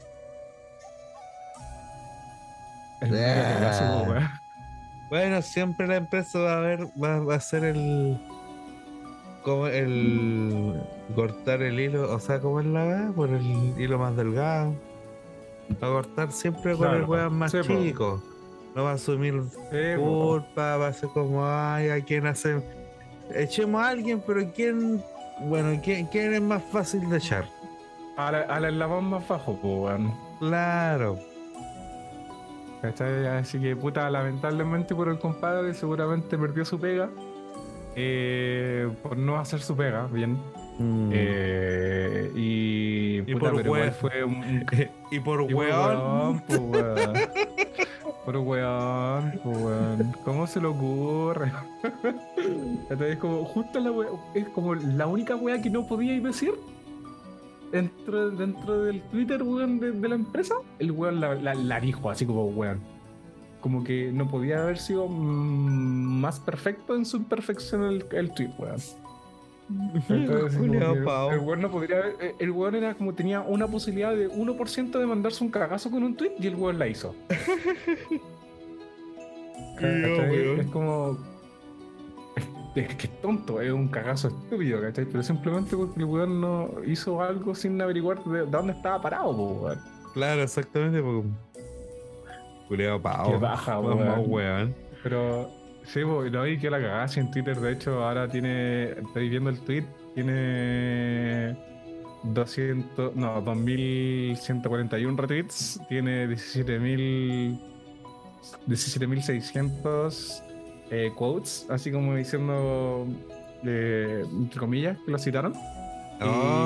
Bueno, siempre la empresa va a hacer como cortar el hilo, o sea, ¿cómo es la por el hilo más delgado? Va a cortar siempre con el weón más chico. No va a asumir culpa, va a ser como, ¿a quién hace? Echemos a alguien, pero ¿quién es más fácil de echar? Al eslabón más bajo, pues, weón. Claro. ¿Cachai? Así que, puta, lamentablemente por el compadre seguramente perdió su pega por no hacer su pega bien. Y puta, por weón fue un y por weón, pues, weón. Por weón, pues, weón. ¿Cómo se le ocurre? Es como justo es como la única wea que no podía decir. dentro del Twitter, weón, de la empresa, el weón la dijo así como, weón. Como que no podía haber sido más perfecto en su imperfección el tweet, weón. Entonces, el weón no podría haber, el weón era como tenía una posibilidad de 1% de mandarse un cagazo con un tweet y el weón la hizo. Es como. Es que es tonto, es un cagazo estúpido, ¿cachai? Pero simplemente porque el weón no hizo algo sin averiguar de dónde estaba parado, weón. Claro, exactamente, porque. Culeado pavo. Que baja, weón. Pero, sí, no, y que la cagase en Twitter, de hecho, ahora estoy viendo el tweet, tiene 2141 retweets, tiene 17.600 quotes, así como diciendo, entre comillas, que lo citaron. Y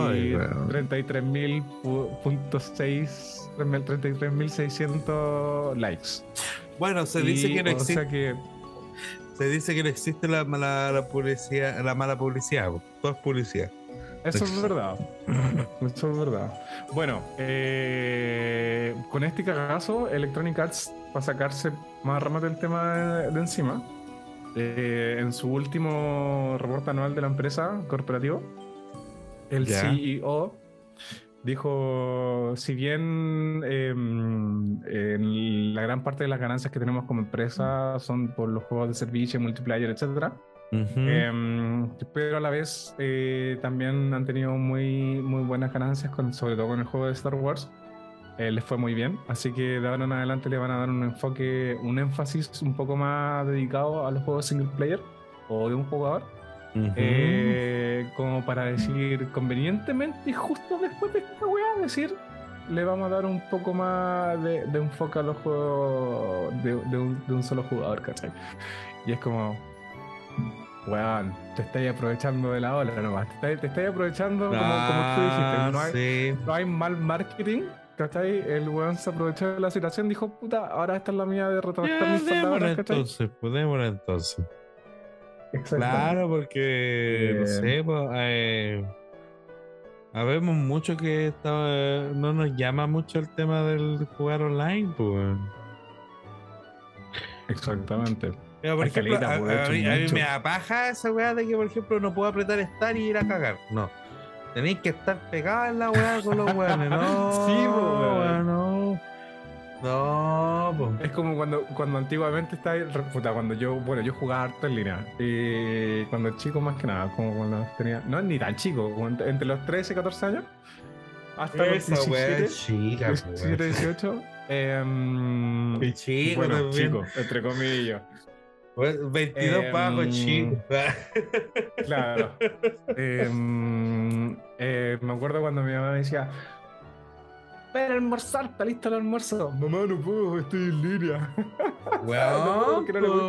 33.600 likes. Bueno, se dice que no existe. Se dice que no existe la mala publicidad, todo es publicidad. Eso es verdad. Eso es verdad. Bueno, con este cagazo, Electronic Arts, para sacarse más remate el tema de encima, en su último reporte anual de la empresa corporativo, el CEO dijo, si bien en la gran parte de las ganancias que tenemos como empresa son por los juegos de servicio, multiplayer, etcétera, pero a la vez también han tenido muy, muy buenas ganancias, sobre todo con el juego de Star Wars. Les fue muy bien, así que de ahora en adelante le van a dar un énfasis un poco más dedicado a los juegos single player o de un jugador. Como para decir convenientemente y justo después de esta weá decir, le vamos a dar un poco más de enfoque a los juegos de un solo jugador, ¿cachai? Y es como, weón, te estáis aprovechando de la ola nomás, te estáis aprovechando como tú dijiste, no hay mal marketing, ¿cachai? El weón se aprovechó de la situación, dijo, puta, ahora esta es la mía de retractar mis palabras, ¿cachai? Entonces. Claro, porque no sé, pues, habemos mucho que no nos llama mucho el tema del jugar online, pues. Exactamente. Pero por ejemplo, a mí me apaja esa weá de que, por ejemplo, no puedo apretar Start y ir a cagar. No. Tenéis que estar pegados en la weá con los weones. No, sí, pues, no, pues. Es como cuando antiguamente cuando yo jugaba harto en línea. Y cuando chico más que nada, como cuando tenía, no ni tan chico, entre los 13 y 14 años hasta los 17, 18. Chico, bueno, chico, entre comillas. 22 pagos, chico. Claro. Me acuerdo cuando mi mamá me decía, ven a almorzar, está listo el almuerzo. Mamá, no puedo, estoy en línea. Weón,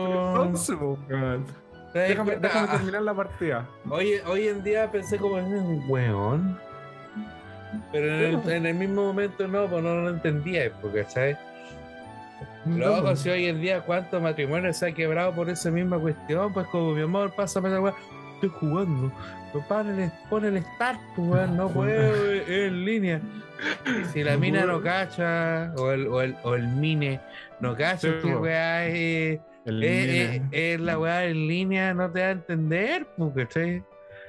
déjame terminar la partida. Hoy en día pensé como es un weón. Pero en el mismo momento no, pues no lo entendía, porque, ¿sabes? Loco, si hoy en día cuántos matrimonios se ha quebrado por esa misma cuestión, pues como mi amor, pásame la weá, estoy jugando. Pon el start, pues weón, no puedo, es en línea. Y si la mina no cacha, o el mine no cacha, que weá es la weá en línea, no te va a entender, pues, ¿cachai?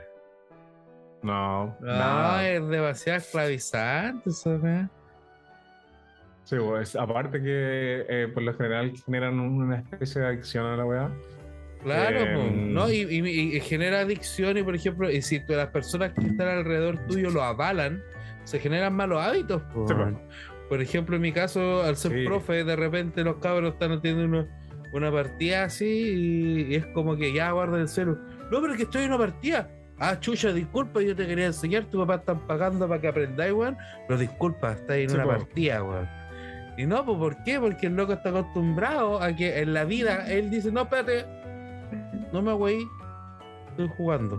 No, es demasiado esclavizante esa weá. Sí, pues, aparte que por lo general generan una especie de adicción a la weá. Claro, ¿no? Y genera adicción, y por ejemplo, y si las personas que están alrededor tuyo lo avalan, se generan malos hábitos. Sí, por ejemplo, en mi caso, al ser profe, de repente los cabros están teniendo una partida así y es como que ya guarda el celu. No, pero es que estoy en una partida. Ah, chucha, disculpa, yo te quería enseñar, tu papá están pagando para que aprendáis, weón. Pero disculpa, estás en una partida, weón. Y no, pues ¿por qué? Porque el loco está acostumbrado a que en la vida él dice, no, espérate, no me voy, estoy jugando.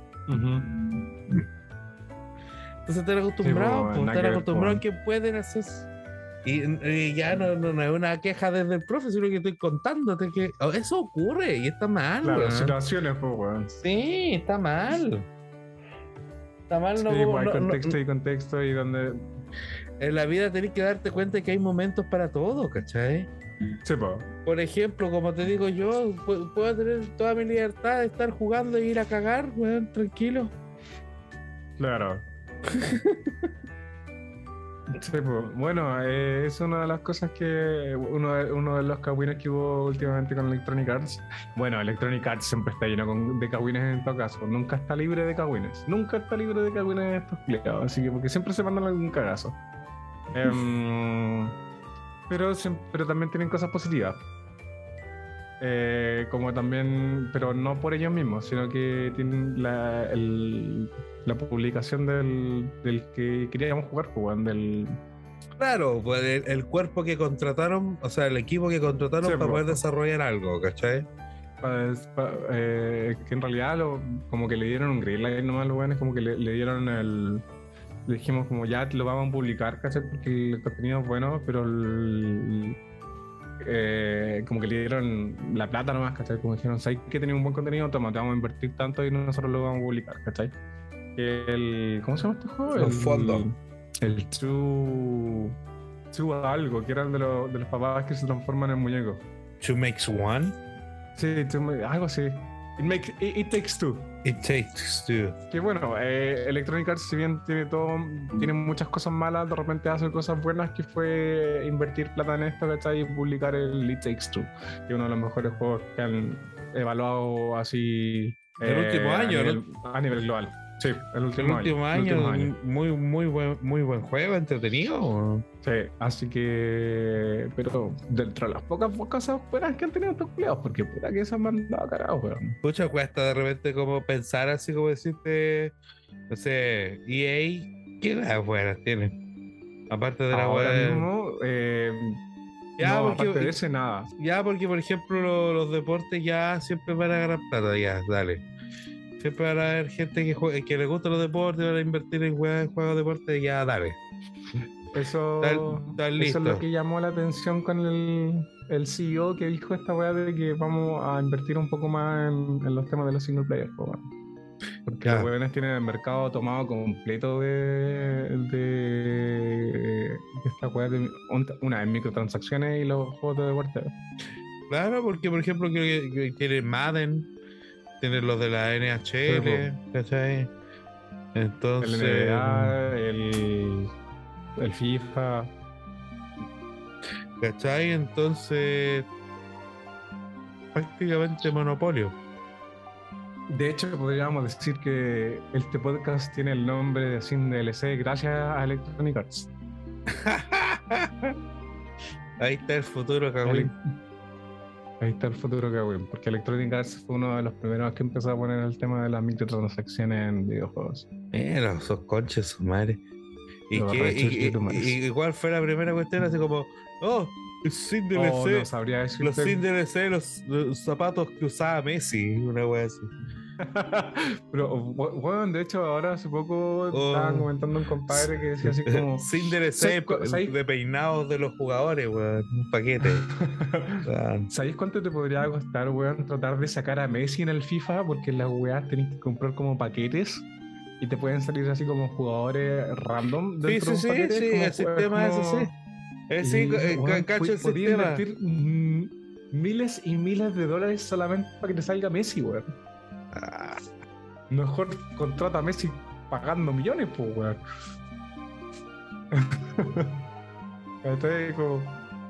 Entonces están acostumbrados, están acostumbrados a que pueden hacer. Y ya no es una queja desde el profe, sino que estoy contándote que eso ocurre y está mal. Claro, situaciones, pues, weón. Sí, está mal. Está mal, no. Sí, pues hay contexto y contexto y donde... En la vida tenés que darte cuenta que hay momentos para todo, ¿cachai? Sí, pues. Por ejemplo, como te digo yo, puedo tener toda mi libertad de estar jugando e ir a cagar, weón, tranquilo. Claro. Sí, pues. Bueno, es una de las cosas que uno de los cagüines que hubo últimamente con Electronic Arts. Bueno, Electronic Arts siempre está lleno de cagüines en todo caso. Nunca está libre de cagüines. Nunca está libre de cagüines estos pliados. Así que porque siempre se mandan algún cagazo. Pero también tienen cosas positivas. Como también, pero no por ellos mismos, sino que tienen la publicación del que queríamos jugar, del... Claro, pues el cuerpo que contrataron, o sea, el equipo que contrataron, sí, para poder desarrollar algo, ¿cachai? Que en realidad como que le dieron un green light nomás a los weones, como que le dieron le dijimos como ya lo vamos a publicar, ¿cachai? Porque el contenido es bueno, pero como que le dieron la plata nomás, ¿cachai? Como dijeron, ¿sabes que tenía un buen contenido? Toma, te vamos a invertir tanto y nosotros lo vamos a publicar, ¿cachai? ¿Cómo se llama este juego? El fondo. El Two algo, que era el de los papás que se transforman en muñecos. Two Makes One. Sí, algo así. It Takes Two. It Takes Two. Que bueno, Electronic Arts, si bien tiene muchas cosas malas, de repente hace cosas buenas, que fue invertir plata en esto, ¿cachai? Y publicar el It Takes Two, que es uno de los mejores juegos que han evaluado así el último año, a nivel global. Sí, el último año. Muy buen juego, entretenido. Sí, así que... Pero dentro de las pocas cosas buenas que han tenido estos culiados, porque puta que se han mandado carajo, weón. Pucha, cuesta de repente como pensar así, como decirte, no sé, EA, ¿qué las buenas tiene? Aparte de la ahora mismo, ya, no, porque, aparte de ese, nada. Ya, porque por ejemplo los deportes ya siempre van a ganar plata, ya, dale. Siempre van a haber gente que le gusta los deportes, van a invertir en juegos de deportes, ya dale. Eso es lo que llamó la atención con el CEO, que dijo esta weá de que vamos a invertir un poco más en los temas de los single players, porque los weones tienen el mercado tomado completo de esta weá de una en microtransacciones y los juegos de deporte. Claro, porque por ejemplo que tienen Madden, tienen los de la NHL, ¿cachai? Entonces... El NBA, el FIFA, ¿cachai? Entonces... prácticamente monopolio. De hecho, podríamos decir que este podcast tiene el nombre de Sin DLC gracias a Electronic Arts. Ahí está el futuro, Kawin. Ahí está el futuro, Kawin, porque Electronic Arts fue uno de los primeros que empezó a poner el tema de las microtransacciones en videojuegos. Esos conches, su madre. Igual fue la primera cuestión, así como, sin DLC, no sabría decirte. los sin DLC, los zapatos que usaba Messi, una wea así. Pero bueno, de hecho ahora hace poco estaban comentando un compadre que decía así como sin DLC de peinados de los jugadores, weón, un paquete. ¿Sabéis cuánto te podría costar, weón, tratar de sacar a Messi en el FIFA? Porque las weas tenés que comprar como paquetes y te pueden salir así como jugadores random dentro de un paquete. Sí, el sistema es sí. Cacho el sistema. Invertir miles y miles de dólares solamente para que te salga Messi, weón. Mejor contrata a Messi pagando millones, pues, weón. Como...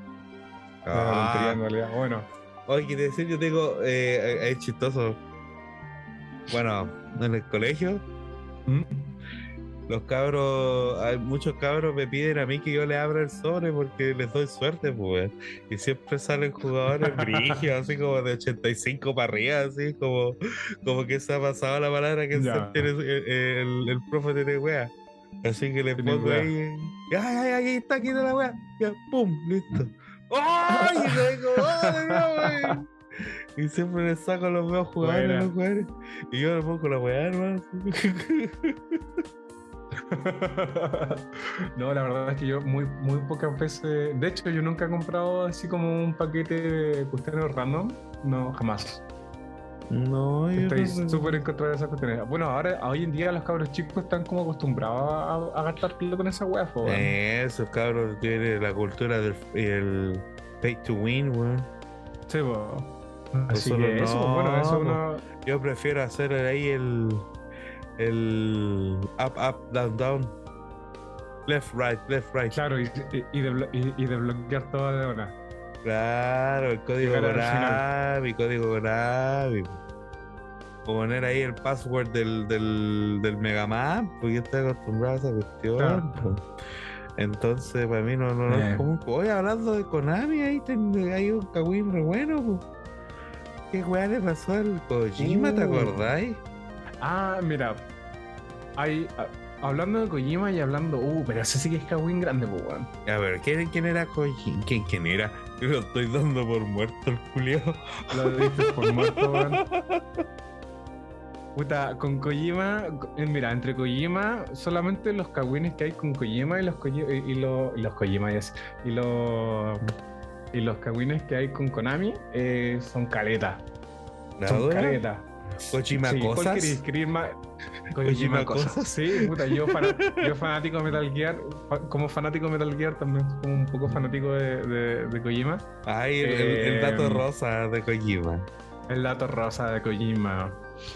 Bueno. Oye, quiero decir, yo tengo... es chistoso. Bueno, en el colegio... Los cabros, hay muchos cabros me piden a mí que yo les abra el sobre porque les doy suerte, pues. Y siempre salen jugadores brígidos, así como de 85 para arriba, así como que se ha pasado la palabra que el profe tiene wea. Así que le pongo ahí, ay, aquí está, aquí está la wea. Ya, pum, listo. ¡Ay! Y le digo, ¡oh, y siempre le saco los nuevos jugadores a los jugadores. Y yo le pongo la weá, hermano. No, la verdad es que yo muy pocas veces. De hecho, yo nunca he comprado así como un paquete de cuestiones random. No, jamás. No, estoy súper en contra de esas cuestiones. Bueno, ahora, hoy en día los cabros chicos están como acostumbrados a gastar plata en esa weá, weón. Esos cabros tienen la cultura del el pay to win, weón. Sí, po. Así Nosotros que eso, no, bueno, eso po. uno. Yo prefiero hacer ahí el up, down, down. Left, right, left, right. Claro, y desbloquear toda de una. Claro, el código Konami, código Konami. Poner ahí el password del Mega Man, porque yo estoy acostumbrado a esa cuestión. Claro. Entonces, para mí no es común. Hoy hablando de Konami, hay un Kawin re bueno. Po. ¿Qué weá le pasó al Kojima, te acordáis? Ah, mira. Hablando de Kojima y hablando. Pero ese sí que es Kawin grande, pues, weón. A ver, ¿quién era Kojima? ¿Quién era? Yo lo estoy dando por muerto el culiao. Lo diste por muerto, weón. Puta, con Kojima, mira, entre Kojima, solamente los Kawines que hay con Kojima y los Kojima y los Kawines que hay con Konami son caleta. Son caleta. Kojima cosas. ¿Queréis más? Kojima cosas. Sí, puta, yo fanático de Metal Gear, como fanático de Metal Gear también como un poco fanático de Kojima. Ay, el dato rosa de Kojima. El dato rosa de Kojima.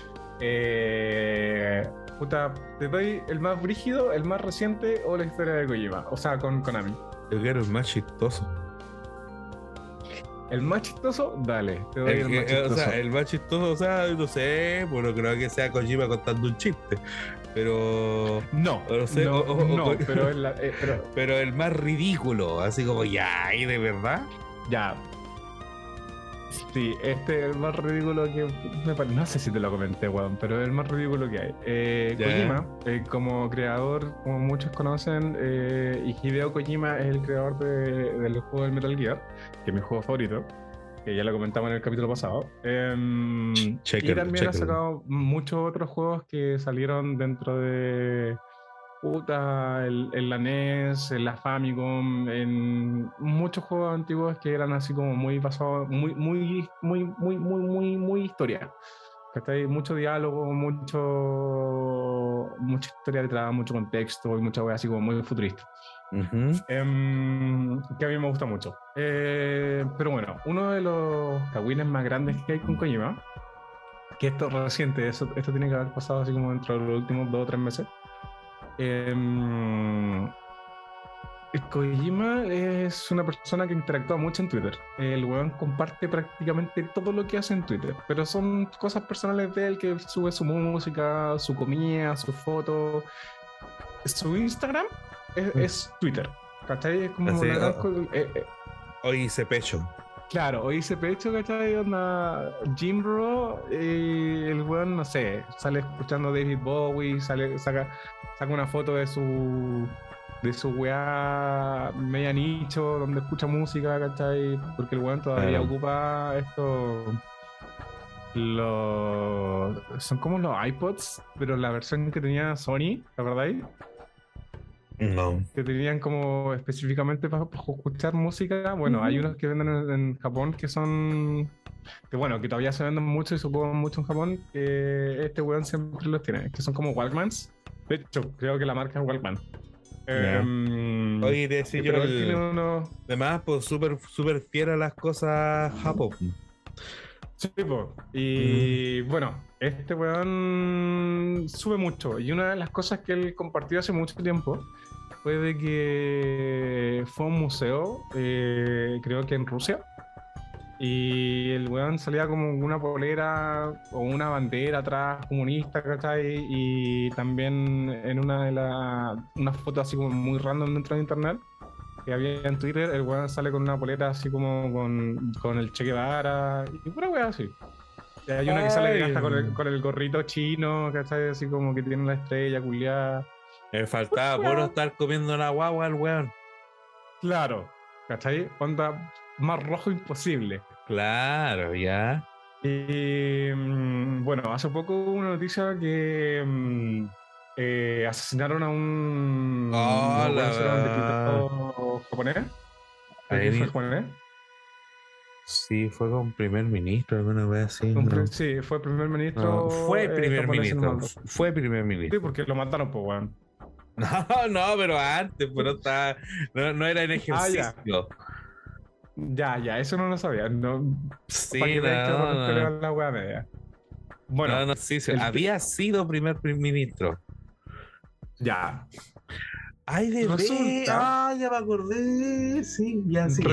Puta, te doy el más brígido, el más reciente o la historia de Kojima, o sea, con Konami. Yo quiero el más chistoso. ¿El más chistoso? Dale, te doy el más chistoso. O sea, el más chistoso, o sea, no sé, bueno, creo que sea Kojima contando un chiste, pero... No, no sé, pero el más ridículo, así como, ya, ¿y de verdad? Ya. Sí, este es el más ridículo que me parece. No sé si te lo comenté, weón, pero es el más ridículo que hay. Kojima, como creador, como muchos conocen, y Hideo Kojima es el creador del juego del Metal Gear, que es mi juego favorito, que ya lo comentamos en el capítulo pasado. Y también ha sacado muchos otros juegos que salieron dentro de... Puta, en la NES, en la Famicom, en muchos juegos antiguos que eran así como muy basados, muy historia. ¿Cachai? Mucho diálogo, mucha historia detrás, mucho contexto y mucha wea así como muy futurista. Que a mí me gusta mucho. Pero bueno, uno de los kawines más grandes que hay con Kojima, que esto reciente, esto tiene que haber pasado así como dentro de los últimos 2 o 3 meses. Kojima es una persona que interactúa mucho en Twitter. El weón comparte prácticamente todo lo que hace en Twitter, pero son cosas personales de él, que sube su música, su comida, sus fotos. Su Instagram es Twitter, ¿cachai? Es como hoy hice pecho. Claro, hoy hice pecho, ¿cachai? Onda Jimbro, el weón, no sé, sale escuchando David Bowie, saca una foto de su weá media nicho, donde escucha música, ¿cachai? Porque el weón todavía ocupa esto. Son como los iPods, pero la versión que tenía Sony, ¿la verdad? No. Que tenían como específicamente para escuchar música. Bueno, hay unos que venden en Japón que son... Que bueno, que todavía se venden mucho y se ocupan mucho en Japón. Que este weón siempre los tiene. Que son como Walkmans. De hecho, creo que la marca es Walkman. Oye, decir yo además, pues súper fiel a las cosas Japón. Sí, pues. Y bueno, este weón sube mucho. Y una de las cosas que él compartió hace mucho tiempo fue de que fue a un museo, creo que en Rusia, y el weón salía como una polera o una bandera atrás comunista, ¿cachai? Y también en una foto así como muy random dentro de internet que había en Twitter, el weón sale con una polera así como con el Che Guevara y pura weá así. Y hay una que sale hasta con el gorrito chino, ¿cachai? Así como que tiene la estrella culiada. Me faltaba por estar comiendo una guagua al weón. Claro, ¿cachai? Onda más rojo imposible. Claro, ya. Y bueno, hace poco hubo una noticia que asesinaron a un japonés. Sí, fue con primer ministro, alguna vez así. ¿No? Sí, fue primer ministro. No, fue primer ministro. Fue primer Sí, ministro. porque lo mataron, pues, weón. No, pero antes, pero está, no era en ejercicio. Ya, eso no lo sabía. No, Sí, para que vean que de repente le no. dan la weá media. Bueno, No, sí, había sido primer ministro. Ya. Ay, de Resulta. ya me acordé. Sí, ya sí.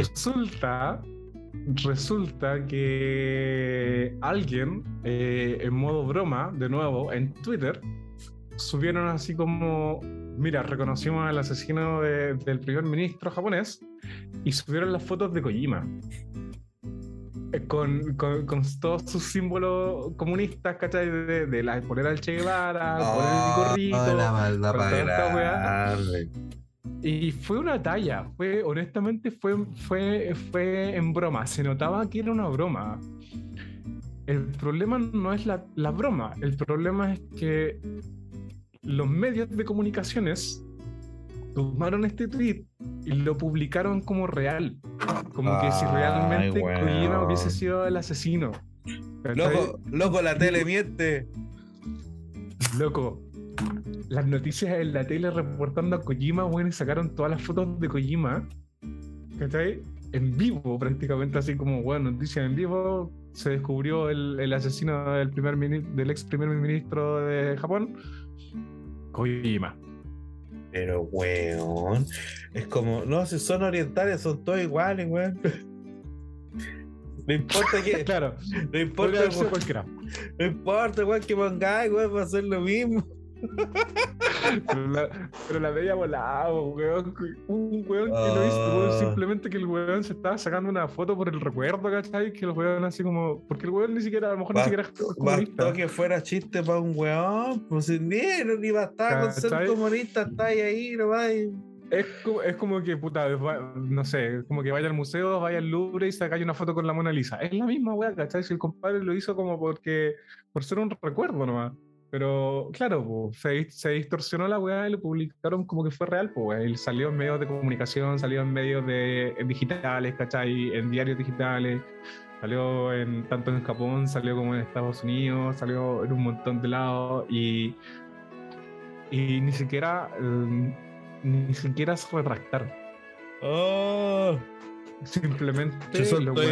Resulta que alguien, en modo broma, de nuevo, en Twitter, subieron así como: mira, reconocimos al asesino del primer ministro japonés, y subieron las fotos de Kojima. Con todos sus símbolos comunistas, ¿cachai? De la polera del Che Guevara, poner el gorrito, la maldad con toda esta weá. grande. Y fue una talla, honestamente fue en broma, se notaba que era una broma. El problema no es la broma, el problema es que los medios de comunicaciones tomaron este tweet y lo publicaron como real, como que si realmente Kojima hubiese sido el asesino. Loco, la tele miente. Loco, las noticias en la tele reportando a Kojima, bueno, y sacaron todas las fotos de Kojima, ¿cachai? En vivo, prácticamente, así como, bueno, noticias en vivo. Se descubrió el asesino del ex primer ministro de Japón, Kojima. Pero, weón, es como, no, si son orientales, son todos iguales, weón. No importa que. Claro, no importa, no importa, weón, que pongáis, weón, va a ser lo mismo. pero la veía volado, weón. Un weón que lo hizo, weón, simplemente que el weón se estaba sacando una foto por el recuerdo, ¿cachai? Que el weón así como. Porque el weón ni siquiera, a lo mejor ni siquiera es comunista. Bastó que fuera chiste para un weón, pues ni bastaba con ser comunista, está ahí nomás. Es como que, puta, no sé, como que vaya al museo, vaya al Louvre y saca una foto con la Mona Lisa. Es la misma weá, ¿cachai? Si el compadre lo hizo como por ser un recuerdo nomás. Pero claro, se distorsionó la weá y lo publicaron como que fue real, pues, y salió en medios de comunicación, salió en medios digitales, ¿cachai? En diarios digitales, salió tanto en Japón, salió como en Estados Unidos, salió en un montón de lados y ni siquiera se retractaron. Simplemente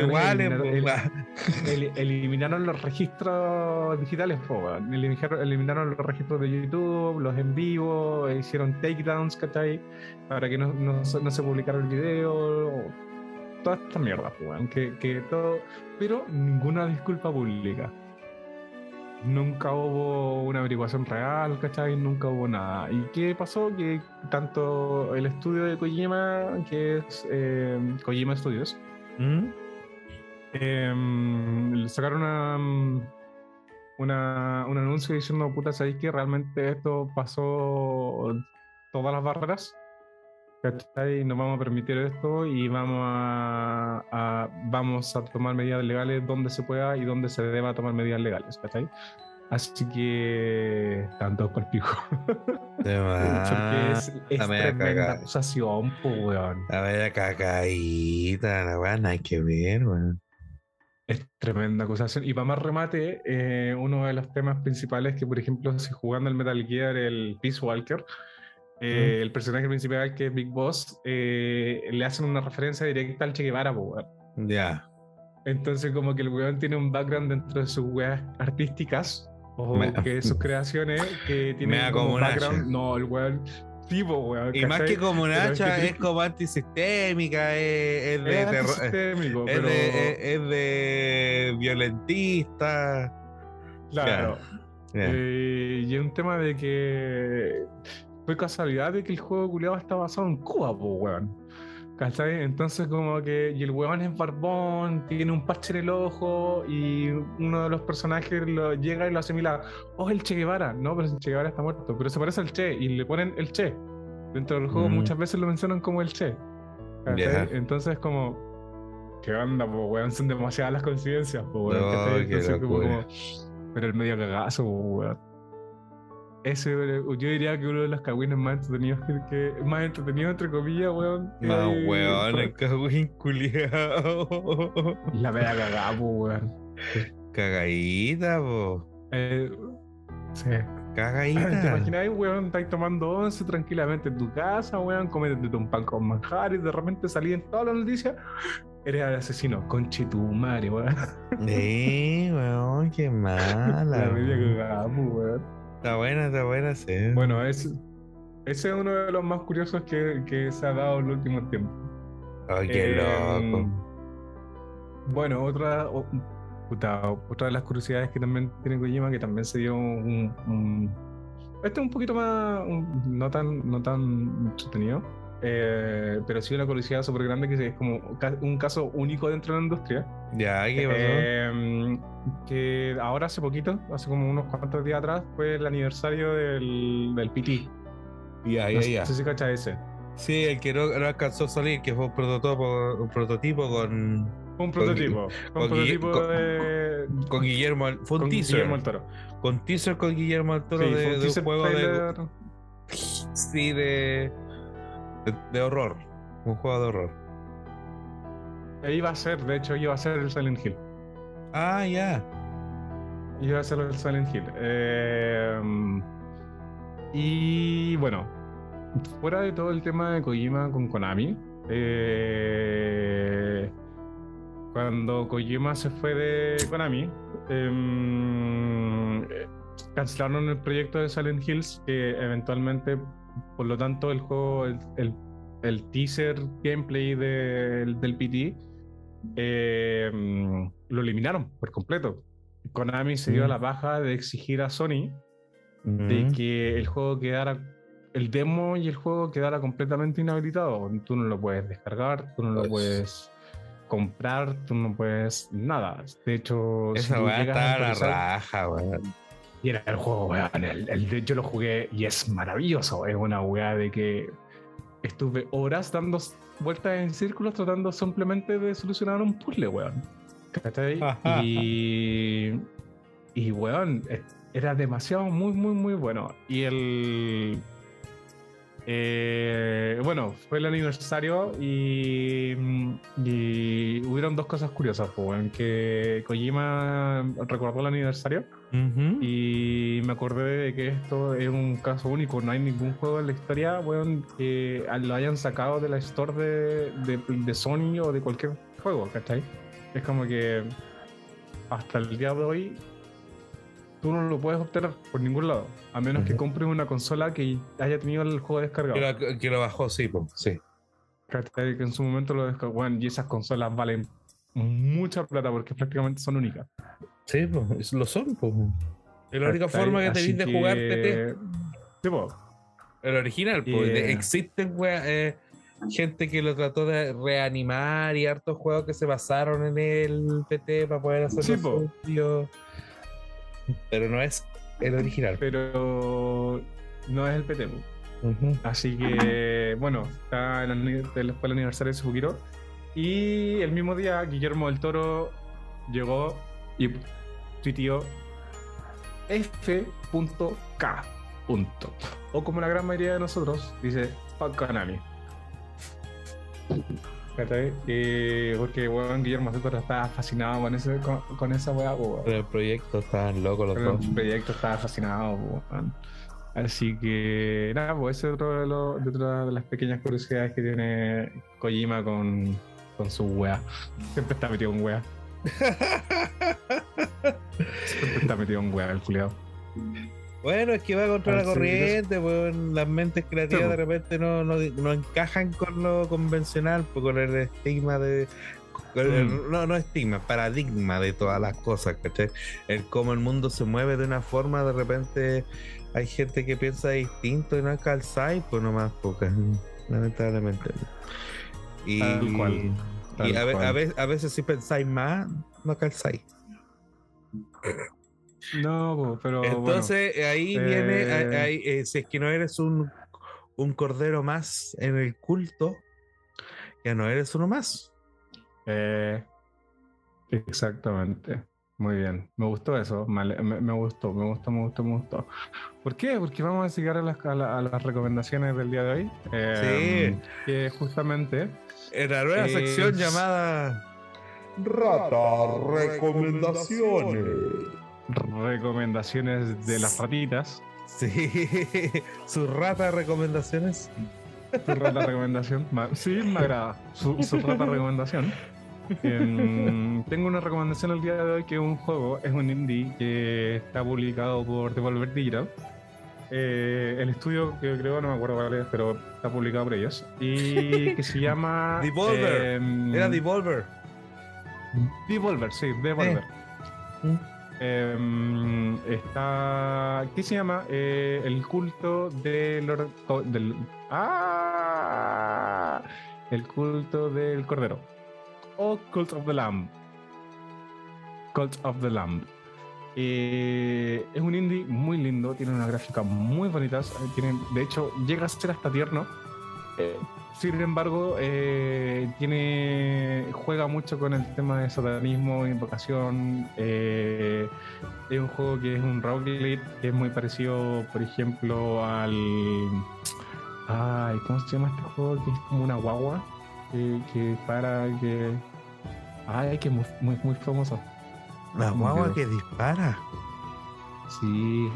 eliminaron los registros digitales, eliminaron los registros de YouTube, los en vivo, hicieron takedowns, ¿cachai? Para que no se publicara el video, toda esta mierda, que todo, pero ninguna disculpa pública. Nunca hubo una averiguación real, ¿cachai? Nunca hubo nada. ¿Y qué pasó? Que tanto el estudio de Kojima, que es Kojima Studios, sacaron un anuncio diciendo: puta, ¿sabéis que realmente esto pasó todas las barreras? ¿Cachai? No vamos a permitir esto y vamos a tomar medidas legales donde se pueda y donde se deba tomar medidas legales, ¿cachai? Así que tanto por pico. Porque es tremenda acusación, pues, weón. La vaya cacaíta, la weón, hay que ver, weón. Es tremenda acusación. Y para más remate, uno de los temas principales que, por ejemplo, si jugando el Metal Gear, el Peace Walker, el personaje principal, que es Big Boss, le hacen una referencia directa al Che Guevara, weón. Ya. Entonces, como que el weón tiene un background dentro de sus weas artísticas, o que sus creaciones, que tiene como background. No, el weón tipo, weón. Y más que como un hacha, es como antisistémica, es de antisistémico, es de violentista. Claro. Y es un tema de que fue casualidad de que el juego culiado está basado en Cuba, pues, weón. ¿Cachai? Entonces, como que. Y el weón es barbón, tiene un parche en el ojo, y uno de los personajes llega y lo asimila: oh, el Che Guevara. No, pero el Che Guevara está muerto, pero se parece al Che, y le ponen el Che. Dentro del juego muchas veces lo mencionan como el Che. Entonces, como. ¿Qué onda, pues, weón? Son demasiadas las coincidencias, pues, weón. Entonces, como, pero el medio cagazo, pues, weón. yo diría que uno de los cagüines más entretenidos más entretenido entre comillas, weón. Más weón, el cagüín culiao. La media cagada, po, weón. Cagadita, po. Sí. Cagadita. ¿Te imagináis, weón? Estáis tomando once tranquilamente en tu casa, weón, comiéndote un pan con manjar y de repente salí en todas las noticias. Eres el asesino, conchetumare, weón. Weón, qué mala. La media cagada, weón. Está buena, sí. Bueno, ese es uno de los más curiosos que se ha dado en los últimos tiempos. Ay, qué loco. Bueno, otra de las curiosidades que también tiene Kojima, que también se dio este es un poquito más, no tan entretenido, pero sí una curiosidad súper grande que es como un caso único dentro de la industria. Ya, ¿qué pasó? Que ahora hace poquito, hace como unos cuantos días atrás, fue el aniversario del PT. Ya. No sé si cachas ese. Sí, el que no alcanzó a salir, que fue un prototipo con... Un prototipo. Con Guillermo. Fue un teaser. Guillermo del Toro. Con teaser con Guillermo del Toro, sí, de un juego trailer. Sí, de horror. Un juego de horror. Iba a ser el Silent Hill. Ah, ya. Iba a ser el Silent Hill. Y bueno, fuera de todo el tema de Kojima con Konami, cuando Kojima se fue de Konami, cancelaron el proyecto de Silent Hills, que eventualmente, por lo tanto, el juego, el teaser gameplay del PT, lo eliminaron por completo. Konami se dio a la baja de exigir a Sony de que el juego quedara, el demo y el juego quedara completamente inhabilitado. Tú no lo puedes descargar, tú no lo puedes comprar, tú no puedes nada. De hecho, esa weá está a la raja, weón. Y era el juego, weón. Yo lo jugué y es maravilloso. Es una weá de que estuve horas dando vueltas en círculos tratando simplemente de solucionar un puzzle, weón. ¿Cachai? Y weón, era demasiado muy bueno. Y bueno, fue el aniversario y hubieron dos cosas curiosas, pues, que Kojima recordó el aniversario y me acordé de que esto es un caso único. No hay ningún juego en la historia, bueno, que lo hayan sacado de la store de Sony o de cualquier juego, ¿cachai? Es como que hasta el día de hoy tú no lo puedes obtener por ningún lado, a menos que compres una consola que haya tenido el juego descargado. Que lo bajó, sí, sí. Que en su momento lo descargó, y esas consolas valen mucha plata porque prácticamente son únicas. Sí, pues, lo son, pues. Es la única forma que tenéis de jugar PT. Sí, pues. El original, pues. Existen, gente que lo trató de reanimar y hartos juegos que se basaron en el PT para poder hacerlo suyo. Pero no es el original. Pero no es el PT. Así que, bueno, está fue el aniversario de Tsukiro. Y el mismo día, Guillermo del Toro llegó y tuiteó F.K. O como la gran mayoría de nosotros, dice Fuck Konami. Porque bueno, Guillermo del Toro estaba fascinado con esa weá. Pero el proyecto estaban locos los dos. El proyecto estaba fascinado. Así que nada, pues ese es otro de las pequeñas curiosidades que tiene Kojima con su weá. Siempre está metido en weá. Siempre está metido en weá el culiao. Bueno, es que va contra la corriente, pues las mentes creativas de repente no encajan con lo convencional, pues con el estigma de... No estigma, paradigma de todas las cosas, ¿cachai? El cómo el mundo se mueve de una forma, de repente hay gente que piensa distinto y no calzáis, pues nomás pocas, lamentablemente. Y a veces si pensáis más, no calzáis. No, pero entonces bueno, ahí viene si es que no eres un cordero más en el culto, ya no eres uno más. Exactamente. Muy bien, me gustó eso, me gustó, me gustó, me gustó, me gustó. ¿Por qué? Porque vamos a llegar a las recomendaciones del día de hoy, Sí, que justamente en la nueva sección es llamada Rata Recomendaciones. recomendaciones de las ratitas. Sí, sus rata recomendaciones. Su rata recomendación, sí, me agrada, su rata recomendación. Tengo una recomendación el día de hoy que es un juego, es un indie que está publicado por Devolver Digital. El estudio que creo, no me acuerdo cuál es, pero está publicado por ellos. Y que se llama... Devolver. Era Devolver. Devolver, sí, Devolver. Mm. Está... ¿Qué se llama? El culto del... El culto del Cordero. O Cult of the Lamb. Cult of the Lamb. Es un indie muy lindo, tiene unas gráficas muy bonitas, de hecho llega a ser hasta tierno. Sin embargo, juega mucho con el tema de satanismo, invocación. Es un juego que es un roguelite, que es muy parecido, por ejemplo, al... Ay, ¿cómo se llama este juego? Que es como una guagua que para, que... Ay, que es muy, muy famoso. La guagua que dispara. Sí.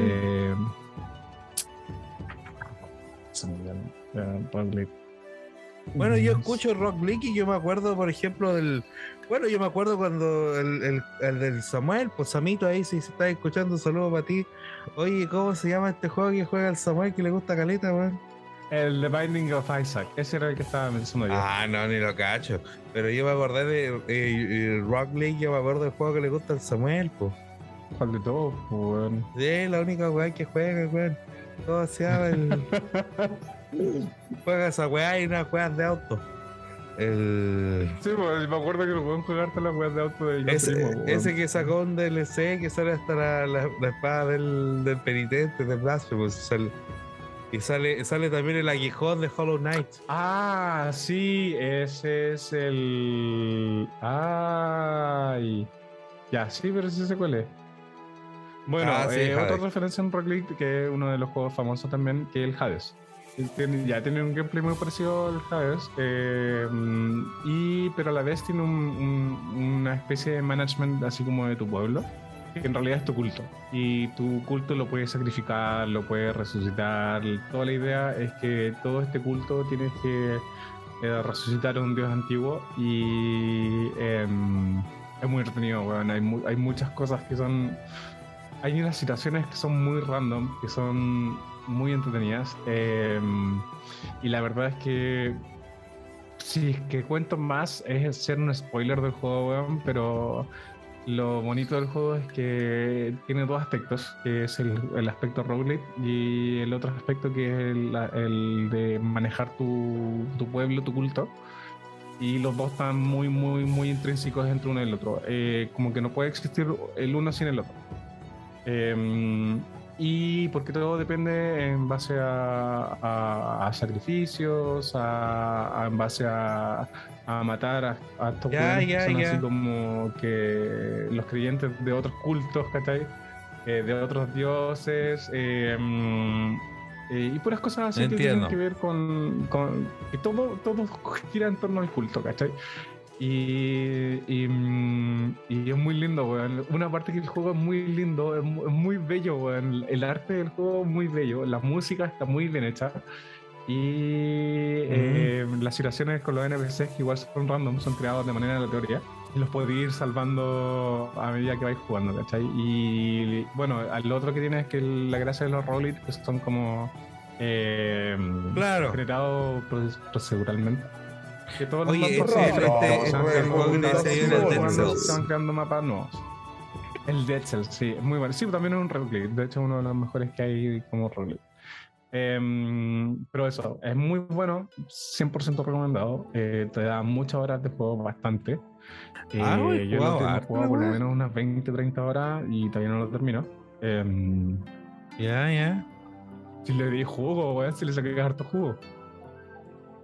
Bueno, yo escucho Rock League y yo me acuerdo, por ejemplo, Bueno, yo me acuerdo cuando el del Samuel, pues Samito ahí, si se está escuchando, un saludo para ti. Oye, ¿cómo se llama este juego que juega el Samuel que le gusta caleta, weón? El The Binding of Isaac, ese era el que estaba mencionando yo. Ah, no, ni lo cacho. Pero yo me acordé de Rock League, yo me acuerdo del juego que le gusta al Samuel, pues. ¿Cuál de todos, weón? Sí, la única weá que juega, weón. Todo se llama el. Juega esa weá y unas weas de auto. Sí, pues, me acuerdo que lo pueden jugarte las weas de auto de ese que sacó un DLC que sale hasta la espada del penitente, de Blasphemous. Y sale también el aguijón de Hollow Knight. Ah, sí, ese es el... Ay. Ya, sí, pero sí sé cuál es. Bueno, sí, otra referencia en Rock League, que es uno de los juegos famosos también, que es el Hades. Tiene un gameplay muy parecido al Hades, pero a la vez tiene una especie de management así como de tu pueblo, que en realidad es tu culto. Y tu culto lo puedes sacrificar, lo puedes resucitar. Toda la idea es que todo este culto tienes que resucitar a un dios antiguo y es muy entretenido, weón. Hay muchas cosas que son... Hay unas situaciones que son muy random, que son muy entretenidas. Y la verdad es que si es que cuento más es ser un spoiler del juego, weón, pero lo bonito del juego es que tiene dos aspectos, que es el aspecto roguelite y el otro aspecto que es el de manejar tu pueblo, tu culto. Y los dos están muy, muy, muy intrínsecos entre uno y el otro. Como que no puede existir el uno sin el otro. Y porque todo depende en base a sacrificios, en base a matar a estos que son así como que los creyentes de otros cultos, ¿cachai? De otros dioses, y puras cosas así. Entiendo. Que tienen que ver con que todo gira en torno al culto, ¿cachai? Y es muy lindo, weón. Una parte que el juego es muy lindo, es muy bello, weón. El arte del juego es muy bello, la música está muy bien hecha. Y las situaciones con los NPCs, que igual son random, son creados de manera aleatoria, y los puedes ir salvando a medida que vais jugando, ¿cachai? Y bueno, lo otro que tiene es que la gracia de los roguelites, que son como generados proceduralmente. Que todos los mapas se van creando mapas nuevos. El Dead Cells, sí, es muy bueno. Sí, también es un roguelite. De hecho, uno de los mejores que hay como roguelite. Pero eso, es muy bueno, 100% recomendado. Te da muchas horas de juego, bastante. Yo lo tengo jugado por lo menos unas 20-30 horas y todavía no lo termino. Si le di jugo, weón, si le saqué harto jugo.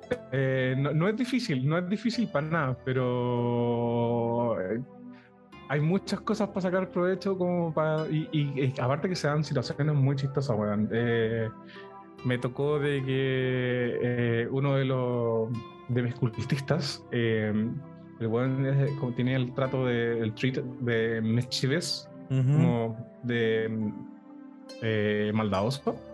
No es difícil para nada, pero hay muchas cosas para sacar provecho como para... Y aparte que se dan situaciones muy chistosas, weón. Me tocó de que uno de mis cultistas, el weón como tenía el trato el treat de mischievous, como de maldadoso.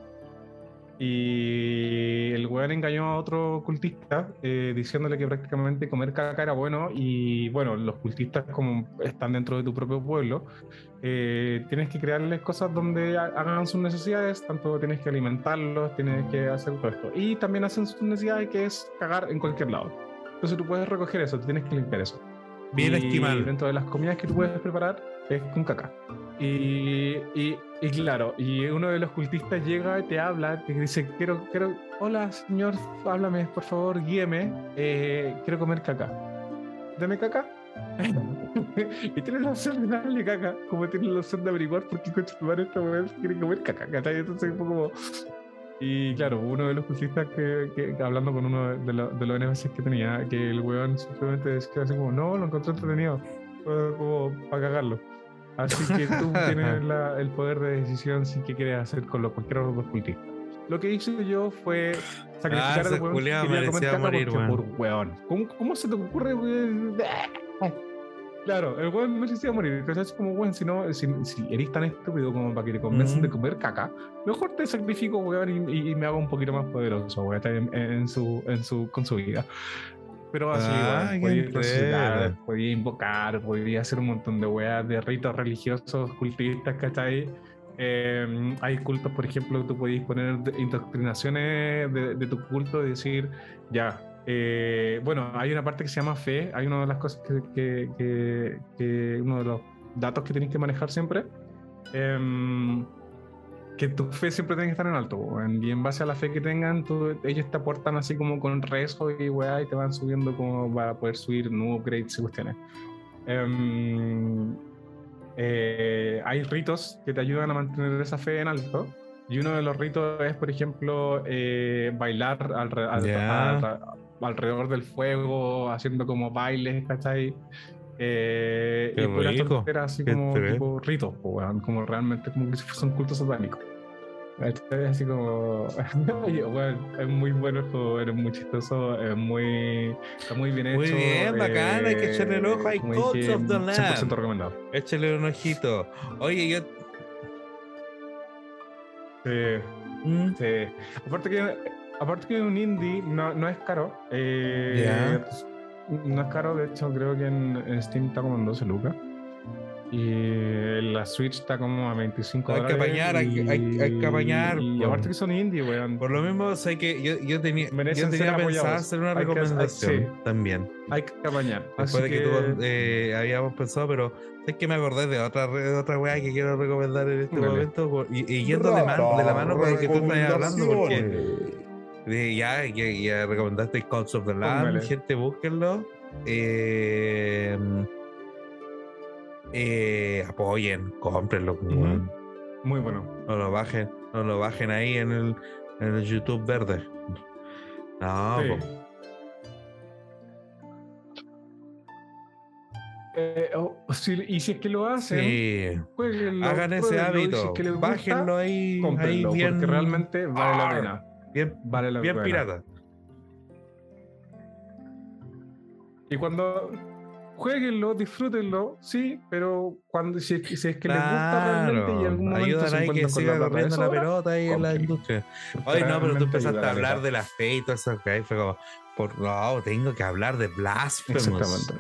Y el weón engañó a otro cultista diciéndole que prácticamente comer caca era bueno. Y bueno, los cultistas, como están dentro de tu propio pueblo, tienes que crearles cosas donde hagan sus necesidades. Tanto tienes que alimentarlos, tienes que hacer todo esto. Y también hacen sus necesidades, que es cagar en cualquier lado. Entonces tú puedes recoger eso, tienes que limpiar eso. Bien estimado. Dentro de las comidas que tú puedes preparar es con caca. Y claro, y uno de los cultistas llega y te habla, te dice, hola señor, háblame, por favor, guíeme, quiero comer caca. ¿Dame caca? Y tienes la opción de darle caca, como tienes la opción de averiguar por qué coche tu madre esta mujer quiere comer caca, ¿cachai? Entonces fue como... Y claro, uno de los cultistas que hablando con uno de los NPCs que tenía, que el weón simplemente decía así como, no, lo encontré entretenido, como para cagarlo. Así que tú tienes el poder de decisión si qué quieres hacer con cualquier otro dos cultistas. Lo que hice yo fue sacrificar al weón que quería comer caca morir, por weón. ¿Cómo se te ocurre, weón? Claro, el weón merecía morir. Entonces es como, weón, si eres tan estúpido como para que te convencen de comer caca, mejor te sacrifico, weón, y me hago un poquito más poderoso, weón, con su vida. Pero así, igual, podía resucitar, podía invocar, podía hacer un montón de weas, de ritos religiosos, cultistas, ¿cachai? Hay cultos, por ejemplo, tú podías poner indoctrinaciones de tu culto y decir, ya, bueno, hay una parte que se llama fe, hay una de las cosas que uno de los datos que tienes que manejar siempre, que tu fe siempre tiene que estar en alto, y en base a la fe que tengan, ellos te aportan así como con rezo y weá, y te van subiendo como para poder subir nuevos upgrades y cuestiones. Hay ritos que te ayudan a mantener esa fe en alto, y uno de los ritos es, por ejemplo, bailar alrededor del fuego, haciendo como bailes, ¿cachai? Y puras tonteras así como tipo ritos, como realmente como que son cultos satánicos. Es así como bueno, es muy bueno el juego, es muy chistoso, está muy bien hecho. Muy bien, bacán, hay que echarle el ojo, hay Codes of the Lamb. 100% recomendado. Échale un ojito. Oye, yo... Sí. Aparte que un indie no es caro. No es caro, de hecho creo que en Steam está como en 12 lucas. Y la Switch está como a $25. Hay que apañar, hay que apañar. Y aparte que son indie, weón. Por lo mismo, sé que yo tenía pensado hacer una recomendación también. Hay que apañar. Después de que tú habíamos pensado, pero sé que me acordé de otra weá que quiero recomendar en este momento. Y yendo de la mano con lo que tú estás hablando, porque ya recomendaste Codes of the Lamb, gente, búsquenlo. Apoyen, cómprenlo. Muy bueno. No lo bajen ahí en el YouTube verde. No, y si es que lo hacen, jueguenlo, hagan ese hábito, si es bájenlo ahí, cómprenlo, bien, porque realmente vale la pena. Bien pirata. Y cuando jueguenlo, disfrútenlo, sí, pero si es que les gusta realmente y en algún momento ayudan se ahí que siga corriendo la pelota ahí en la industria. Oye, no, pero tú empezaste a hablar de la fe y todo eso, que fue como, no, tengo que hablar de Blasphemous. Exactamente.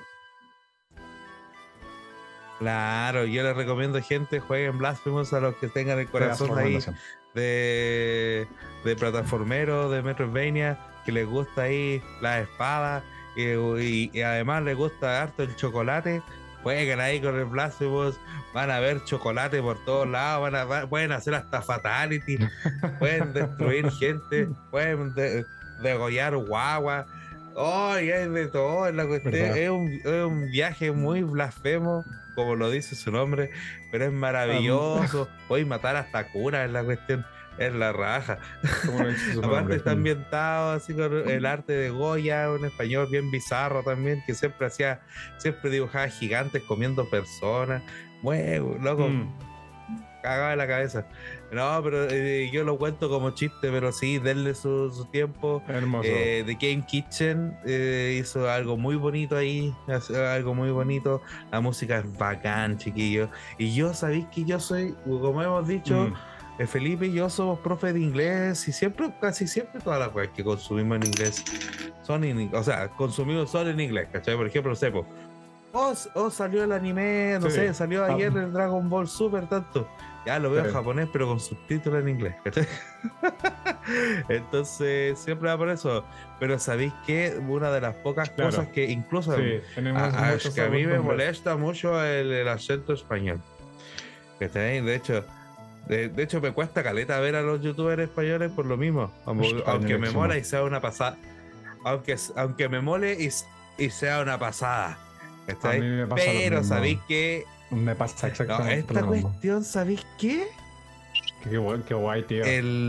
Claro, yo les recomiendo, gente, jueguen Blasphemous a los que tengan el corazón ahí de plataformero, de Metroidvania, que les gusta ahí las espadas. Y además les gusta harto el chocolate, jueguen ahí con el Blasphemous, van a ver chocolate por todos lados, pueden hacer hasta fatality, pueden destruir gente, pueden degollar guagua, hay de todo en la cuestión. Es un viaje muy blasfemo, como lo dice su nombre, pero es maravilloso. Puedes matar hasta curas en la cuestión. Es la raja. Aparte está ambientado así con el arte de Goya, un español bien bizarro también, que siempre dibujaba gigantes comiendo personas. Bueno, loco, cagaba en la cabeza. No, pero yo lo cuento como chiste, pero sí, denle su tiempo. Hermoso. The Game Kitchen hizo algo muy bonito ahí, algo muy bonito. La música es bacán, chiquillos. Y yo, sabéis que yo soy, como hemos dicho, Felipe y yo somos profes de inglés y casi siempre todas las cosas que consumimos en inglés consumimos solo en inglés, ¿cachai? Por ejemplo, sepo. Salió el anime, no sé, salió ayer el Dragon Ball Super, tanto. Ya lo veo en japonés, pero con subtítulos en inglés, ¿cachai? Entonces, siempre va por eso. Pero ¿sabéis qué? Una de las pocas cosas que incluso que a mí me molesta mucho el acento español. ¿Cachai? De hecho, me cuesta caleta ver a los youtubers españoles por lo mismo. Aunque me mola y sea una pasada. Aunque me mole y sea una pasada. Pero ¿sabéis qué? Me pasa exactamente esta cuestión, ¿sabéis qué? Qué guay, tío.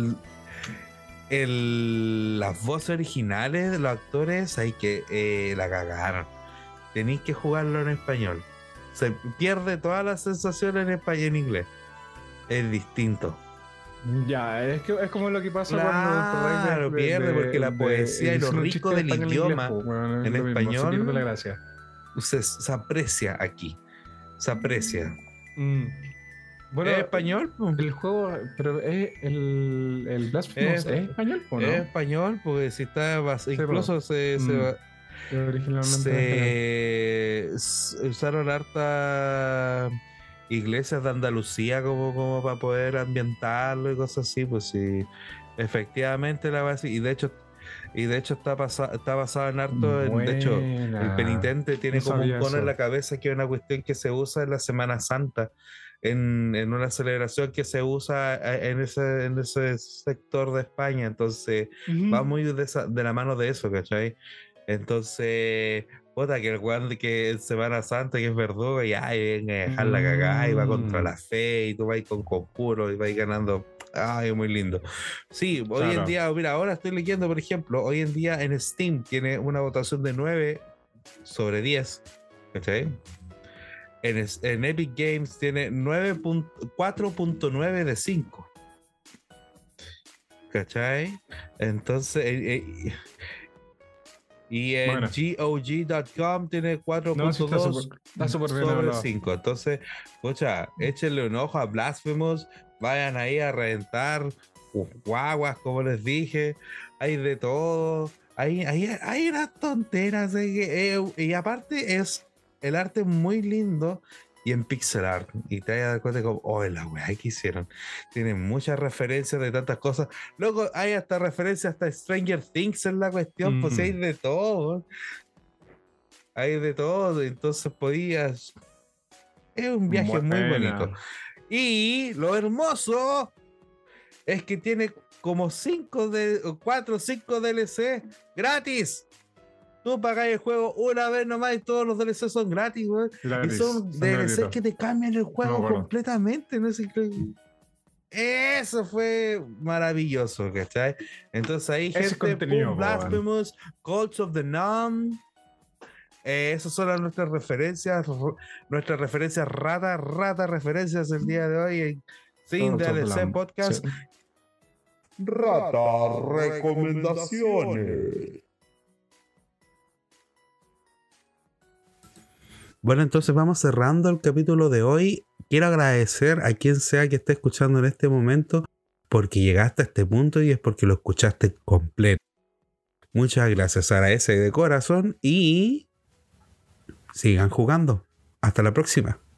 Las voces originales de los actores hay que la cagaron. Tenéis que jugarlo en español. Se pierde toda la sensación en inglés. Es distinto. Ya, es como lo que pasa cuando pierde porque la poesía y lo rico del idioma en español pierde la gracia. Se aprecia aquí. Se aprecia. Bueno, ¿es español? El juego, pero es el Blasphemous, ¿es español o no? Es español, porque si está incluso originalmente se usaron harta iglesias de Andalucía como para poder ambientarlo y cosas así, pues sí, efectivamente la base, y de hecho está basado en harto. De hecho, el penitente tiene como un cono en la cabeza, que es una cuestión que se usa en la Semana Santa, en una celebración que se usa en ese sector de España. Entonces va muy de la mano de eso, ¿cachai? Entonces, puta, que el weón de que en Semana Santa, que es verdugo, y venga a dejar la cagada y va contra la fe, y tú vas con conjuros y vas ganando. Ay, muy lindo. Sí, hoy en día, mira, ahora estoy leyendo, por ejemplo, hoy en día en Steam tiene una votación de 9 sobre 10. ¿Cachai? En Epic Games tiene 4.9 de 5. ¿Cachai? Entonces, y en GOG.com tiene 4.2 sobre 5. Entonces, pucha, échenle un ojo a Blasphemous. Vayan ahí a reventar guaguas, como les dije. Hay de todo. Hay unas tonteras. Y aparte es el arte muy lindo y en pixel art. Y te vas a dar cuenta como, la weá que hicieron. Tienen muchas referencias de tantas cosas. Luego hay hasta referencias hasta Stranger Things en la cuestión. Pues hay de todo. Hay de todo. Entonces podías... Es un viaje muy bonito. Y lo hermoso es que tiene como 4 o 5 DLC gratis. Tú pagas el juego una vez nomás y todos los DLC son gratis, güey. Y son DLC que te cambian el juego completamente. ¿No? Eso fue maravilloso, ¿cachai? Entonces ahí, gente, Blasphemous, Cults of the Numb. Esas son nuestras referencias rata referencias el día de hoy en Sin DLC Podcast. Sí. Rata recomendaciones. Bueno, entonces vamos cerrando el capítulo de hoy. Quiero agradecer a quien sea que esté escuchando en este momento, porque llegaste a este punto y es porque lo escuchaste completo. Muchas gracias, agradece de corazón y sigan jugando. Hasta la próxima.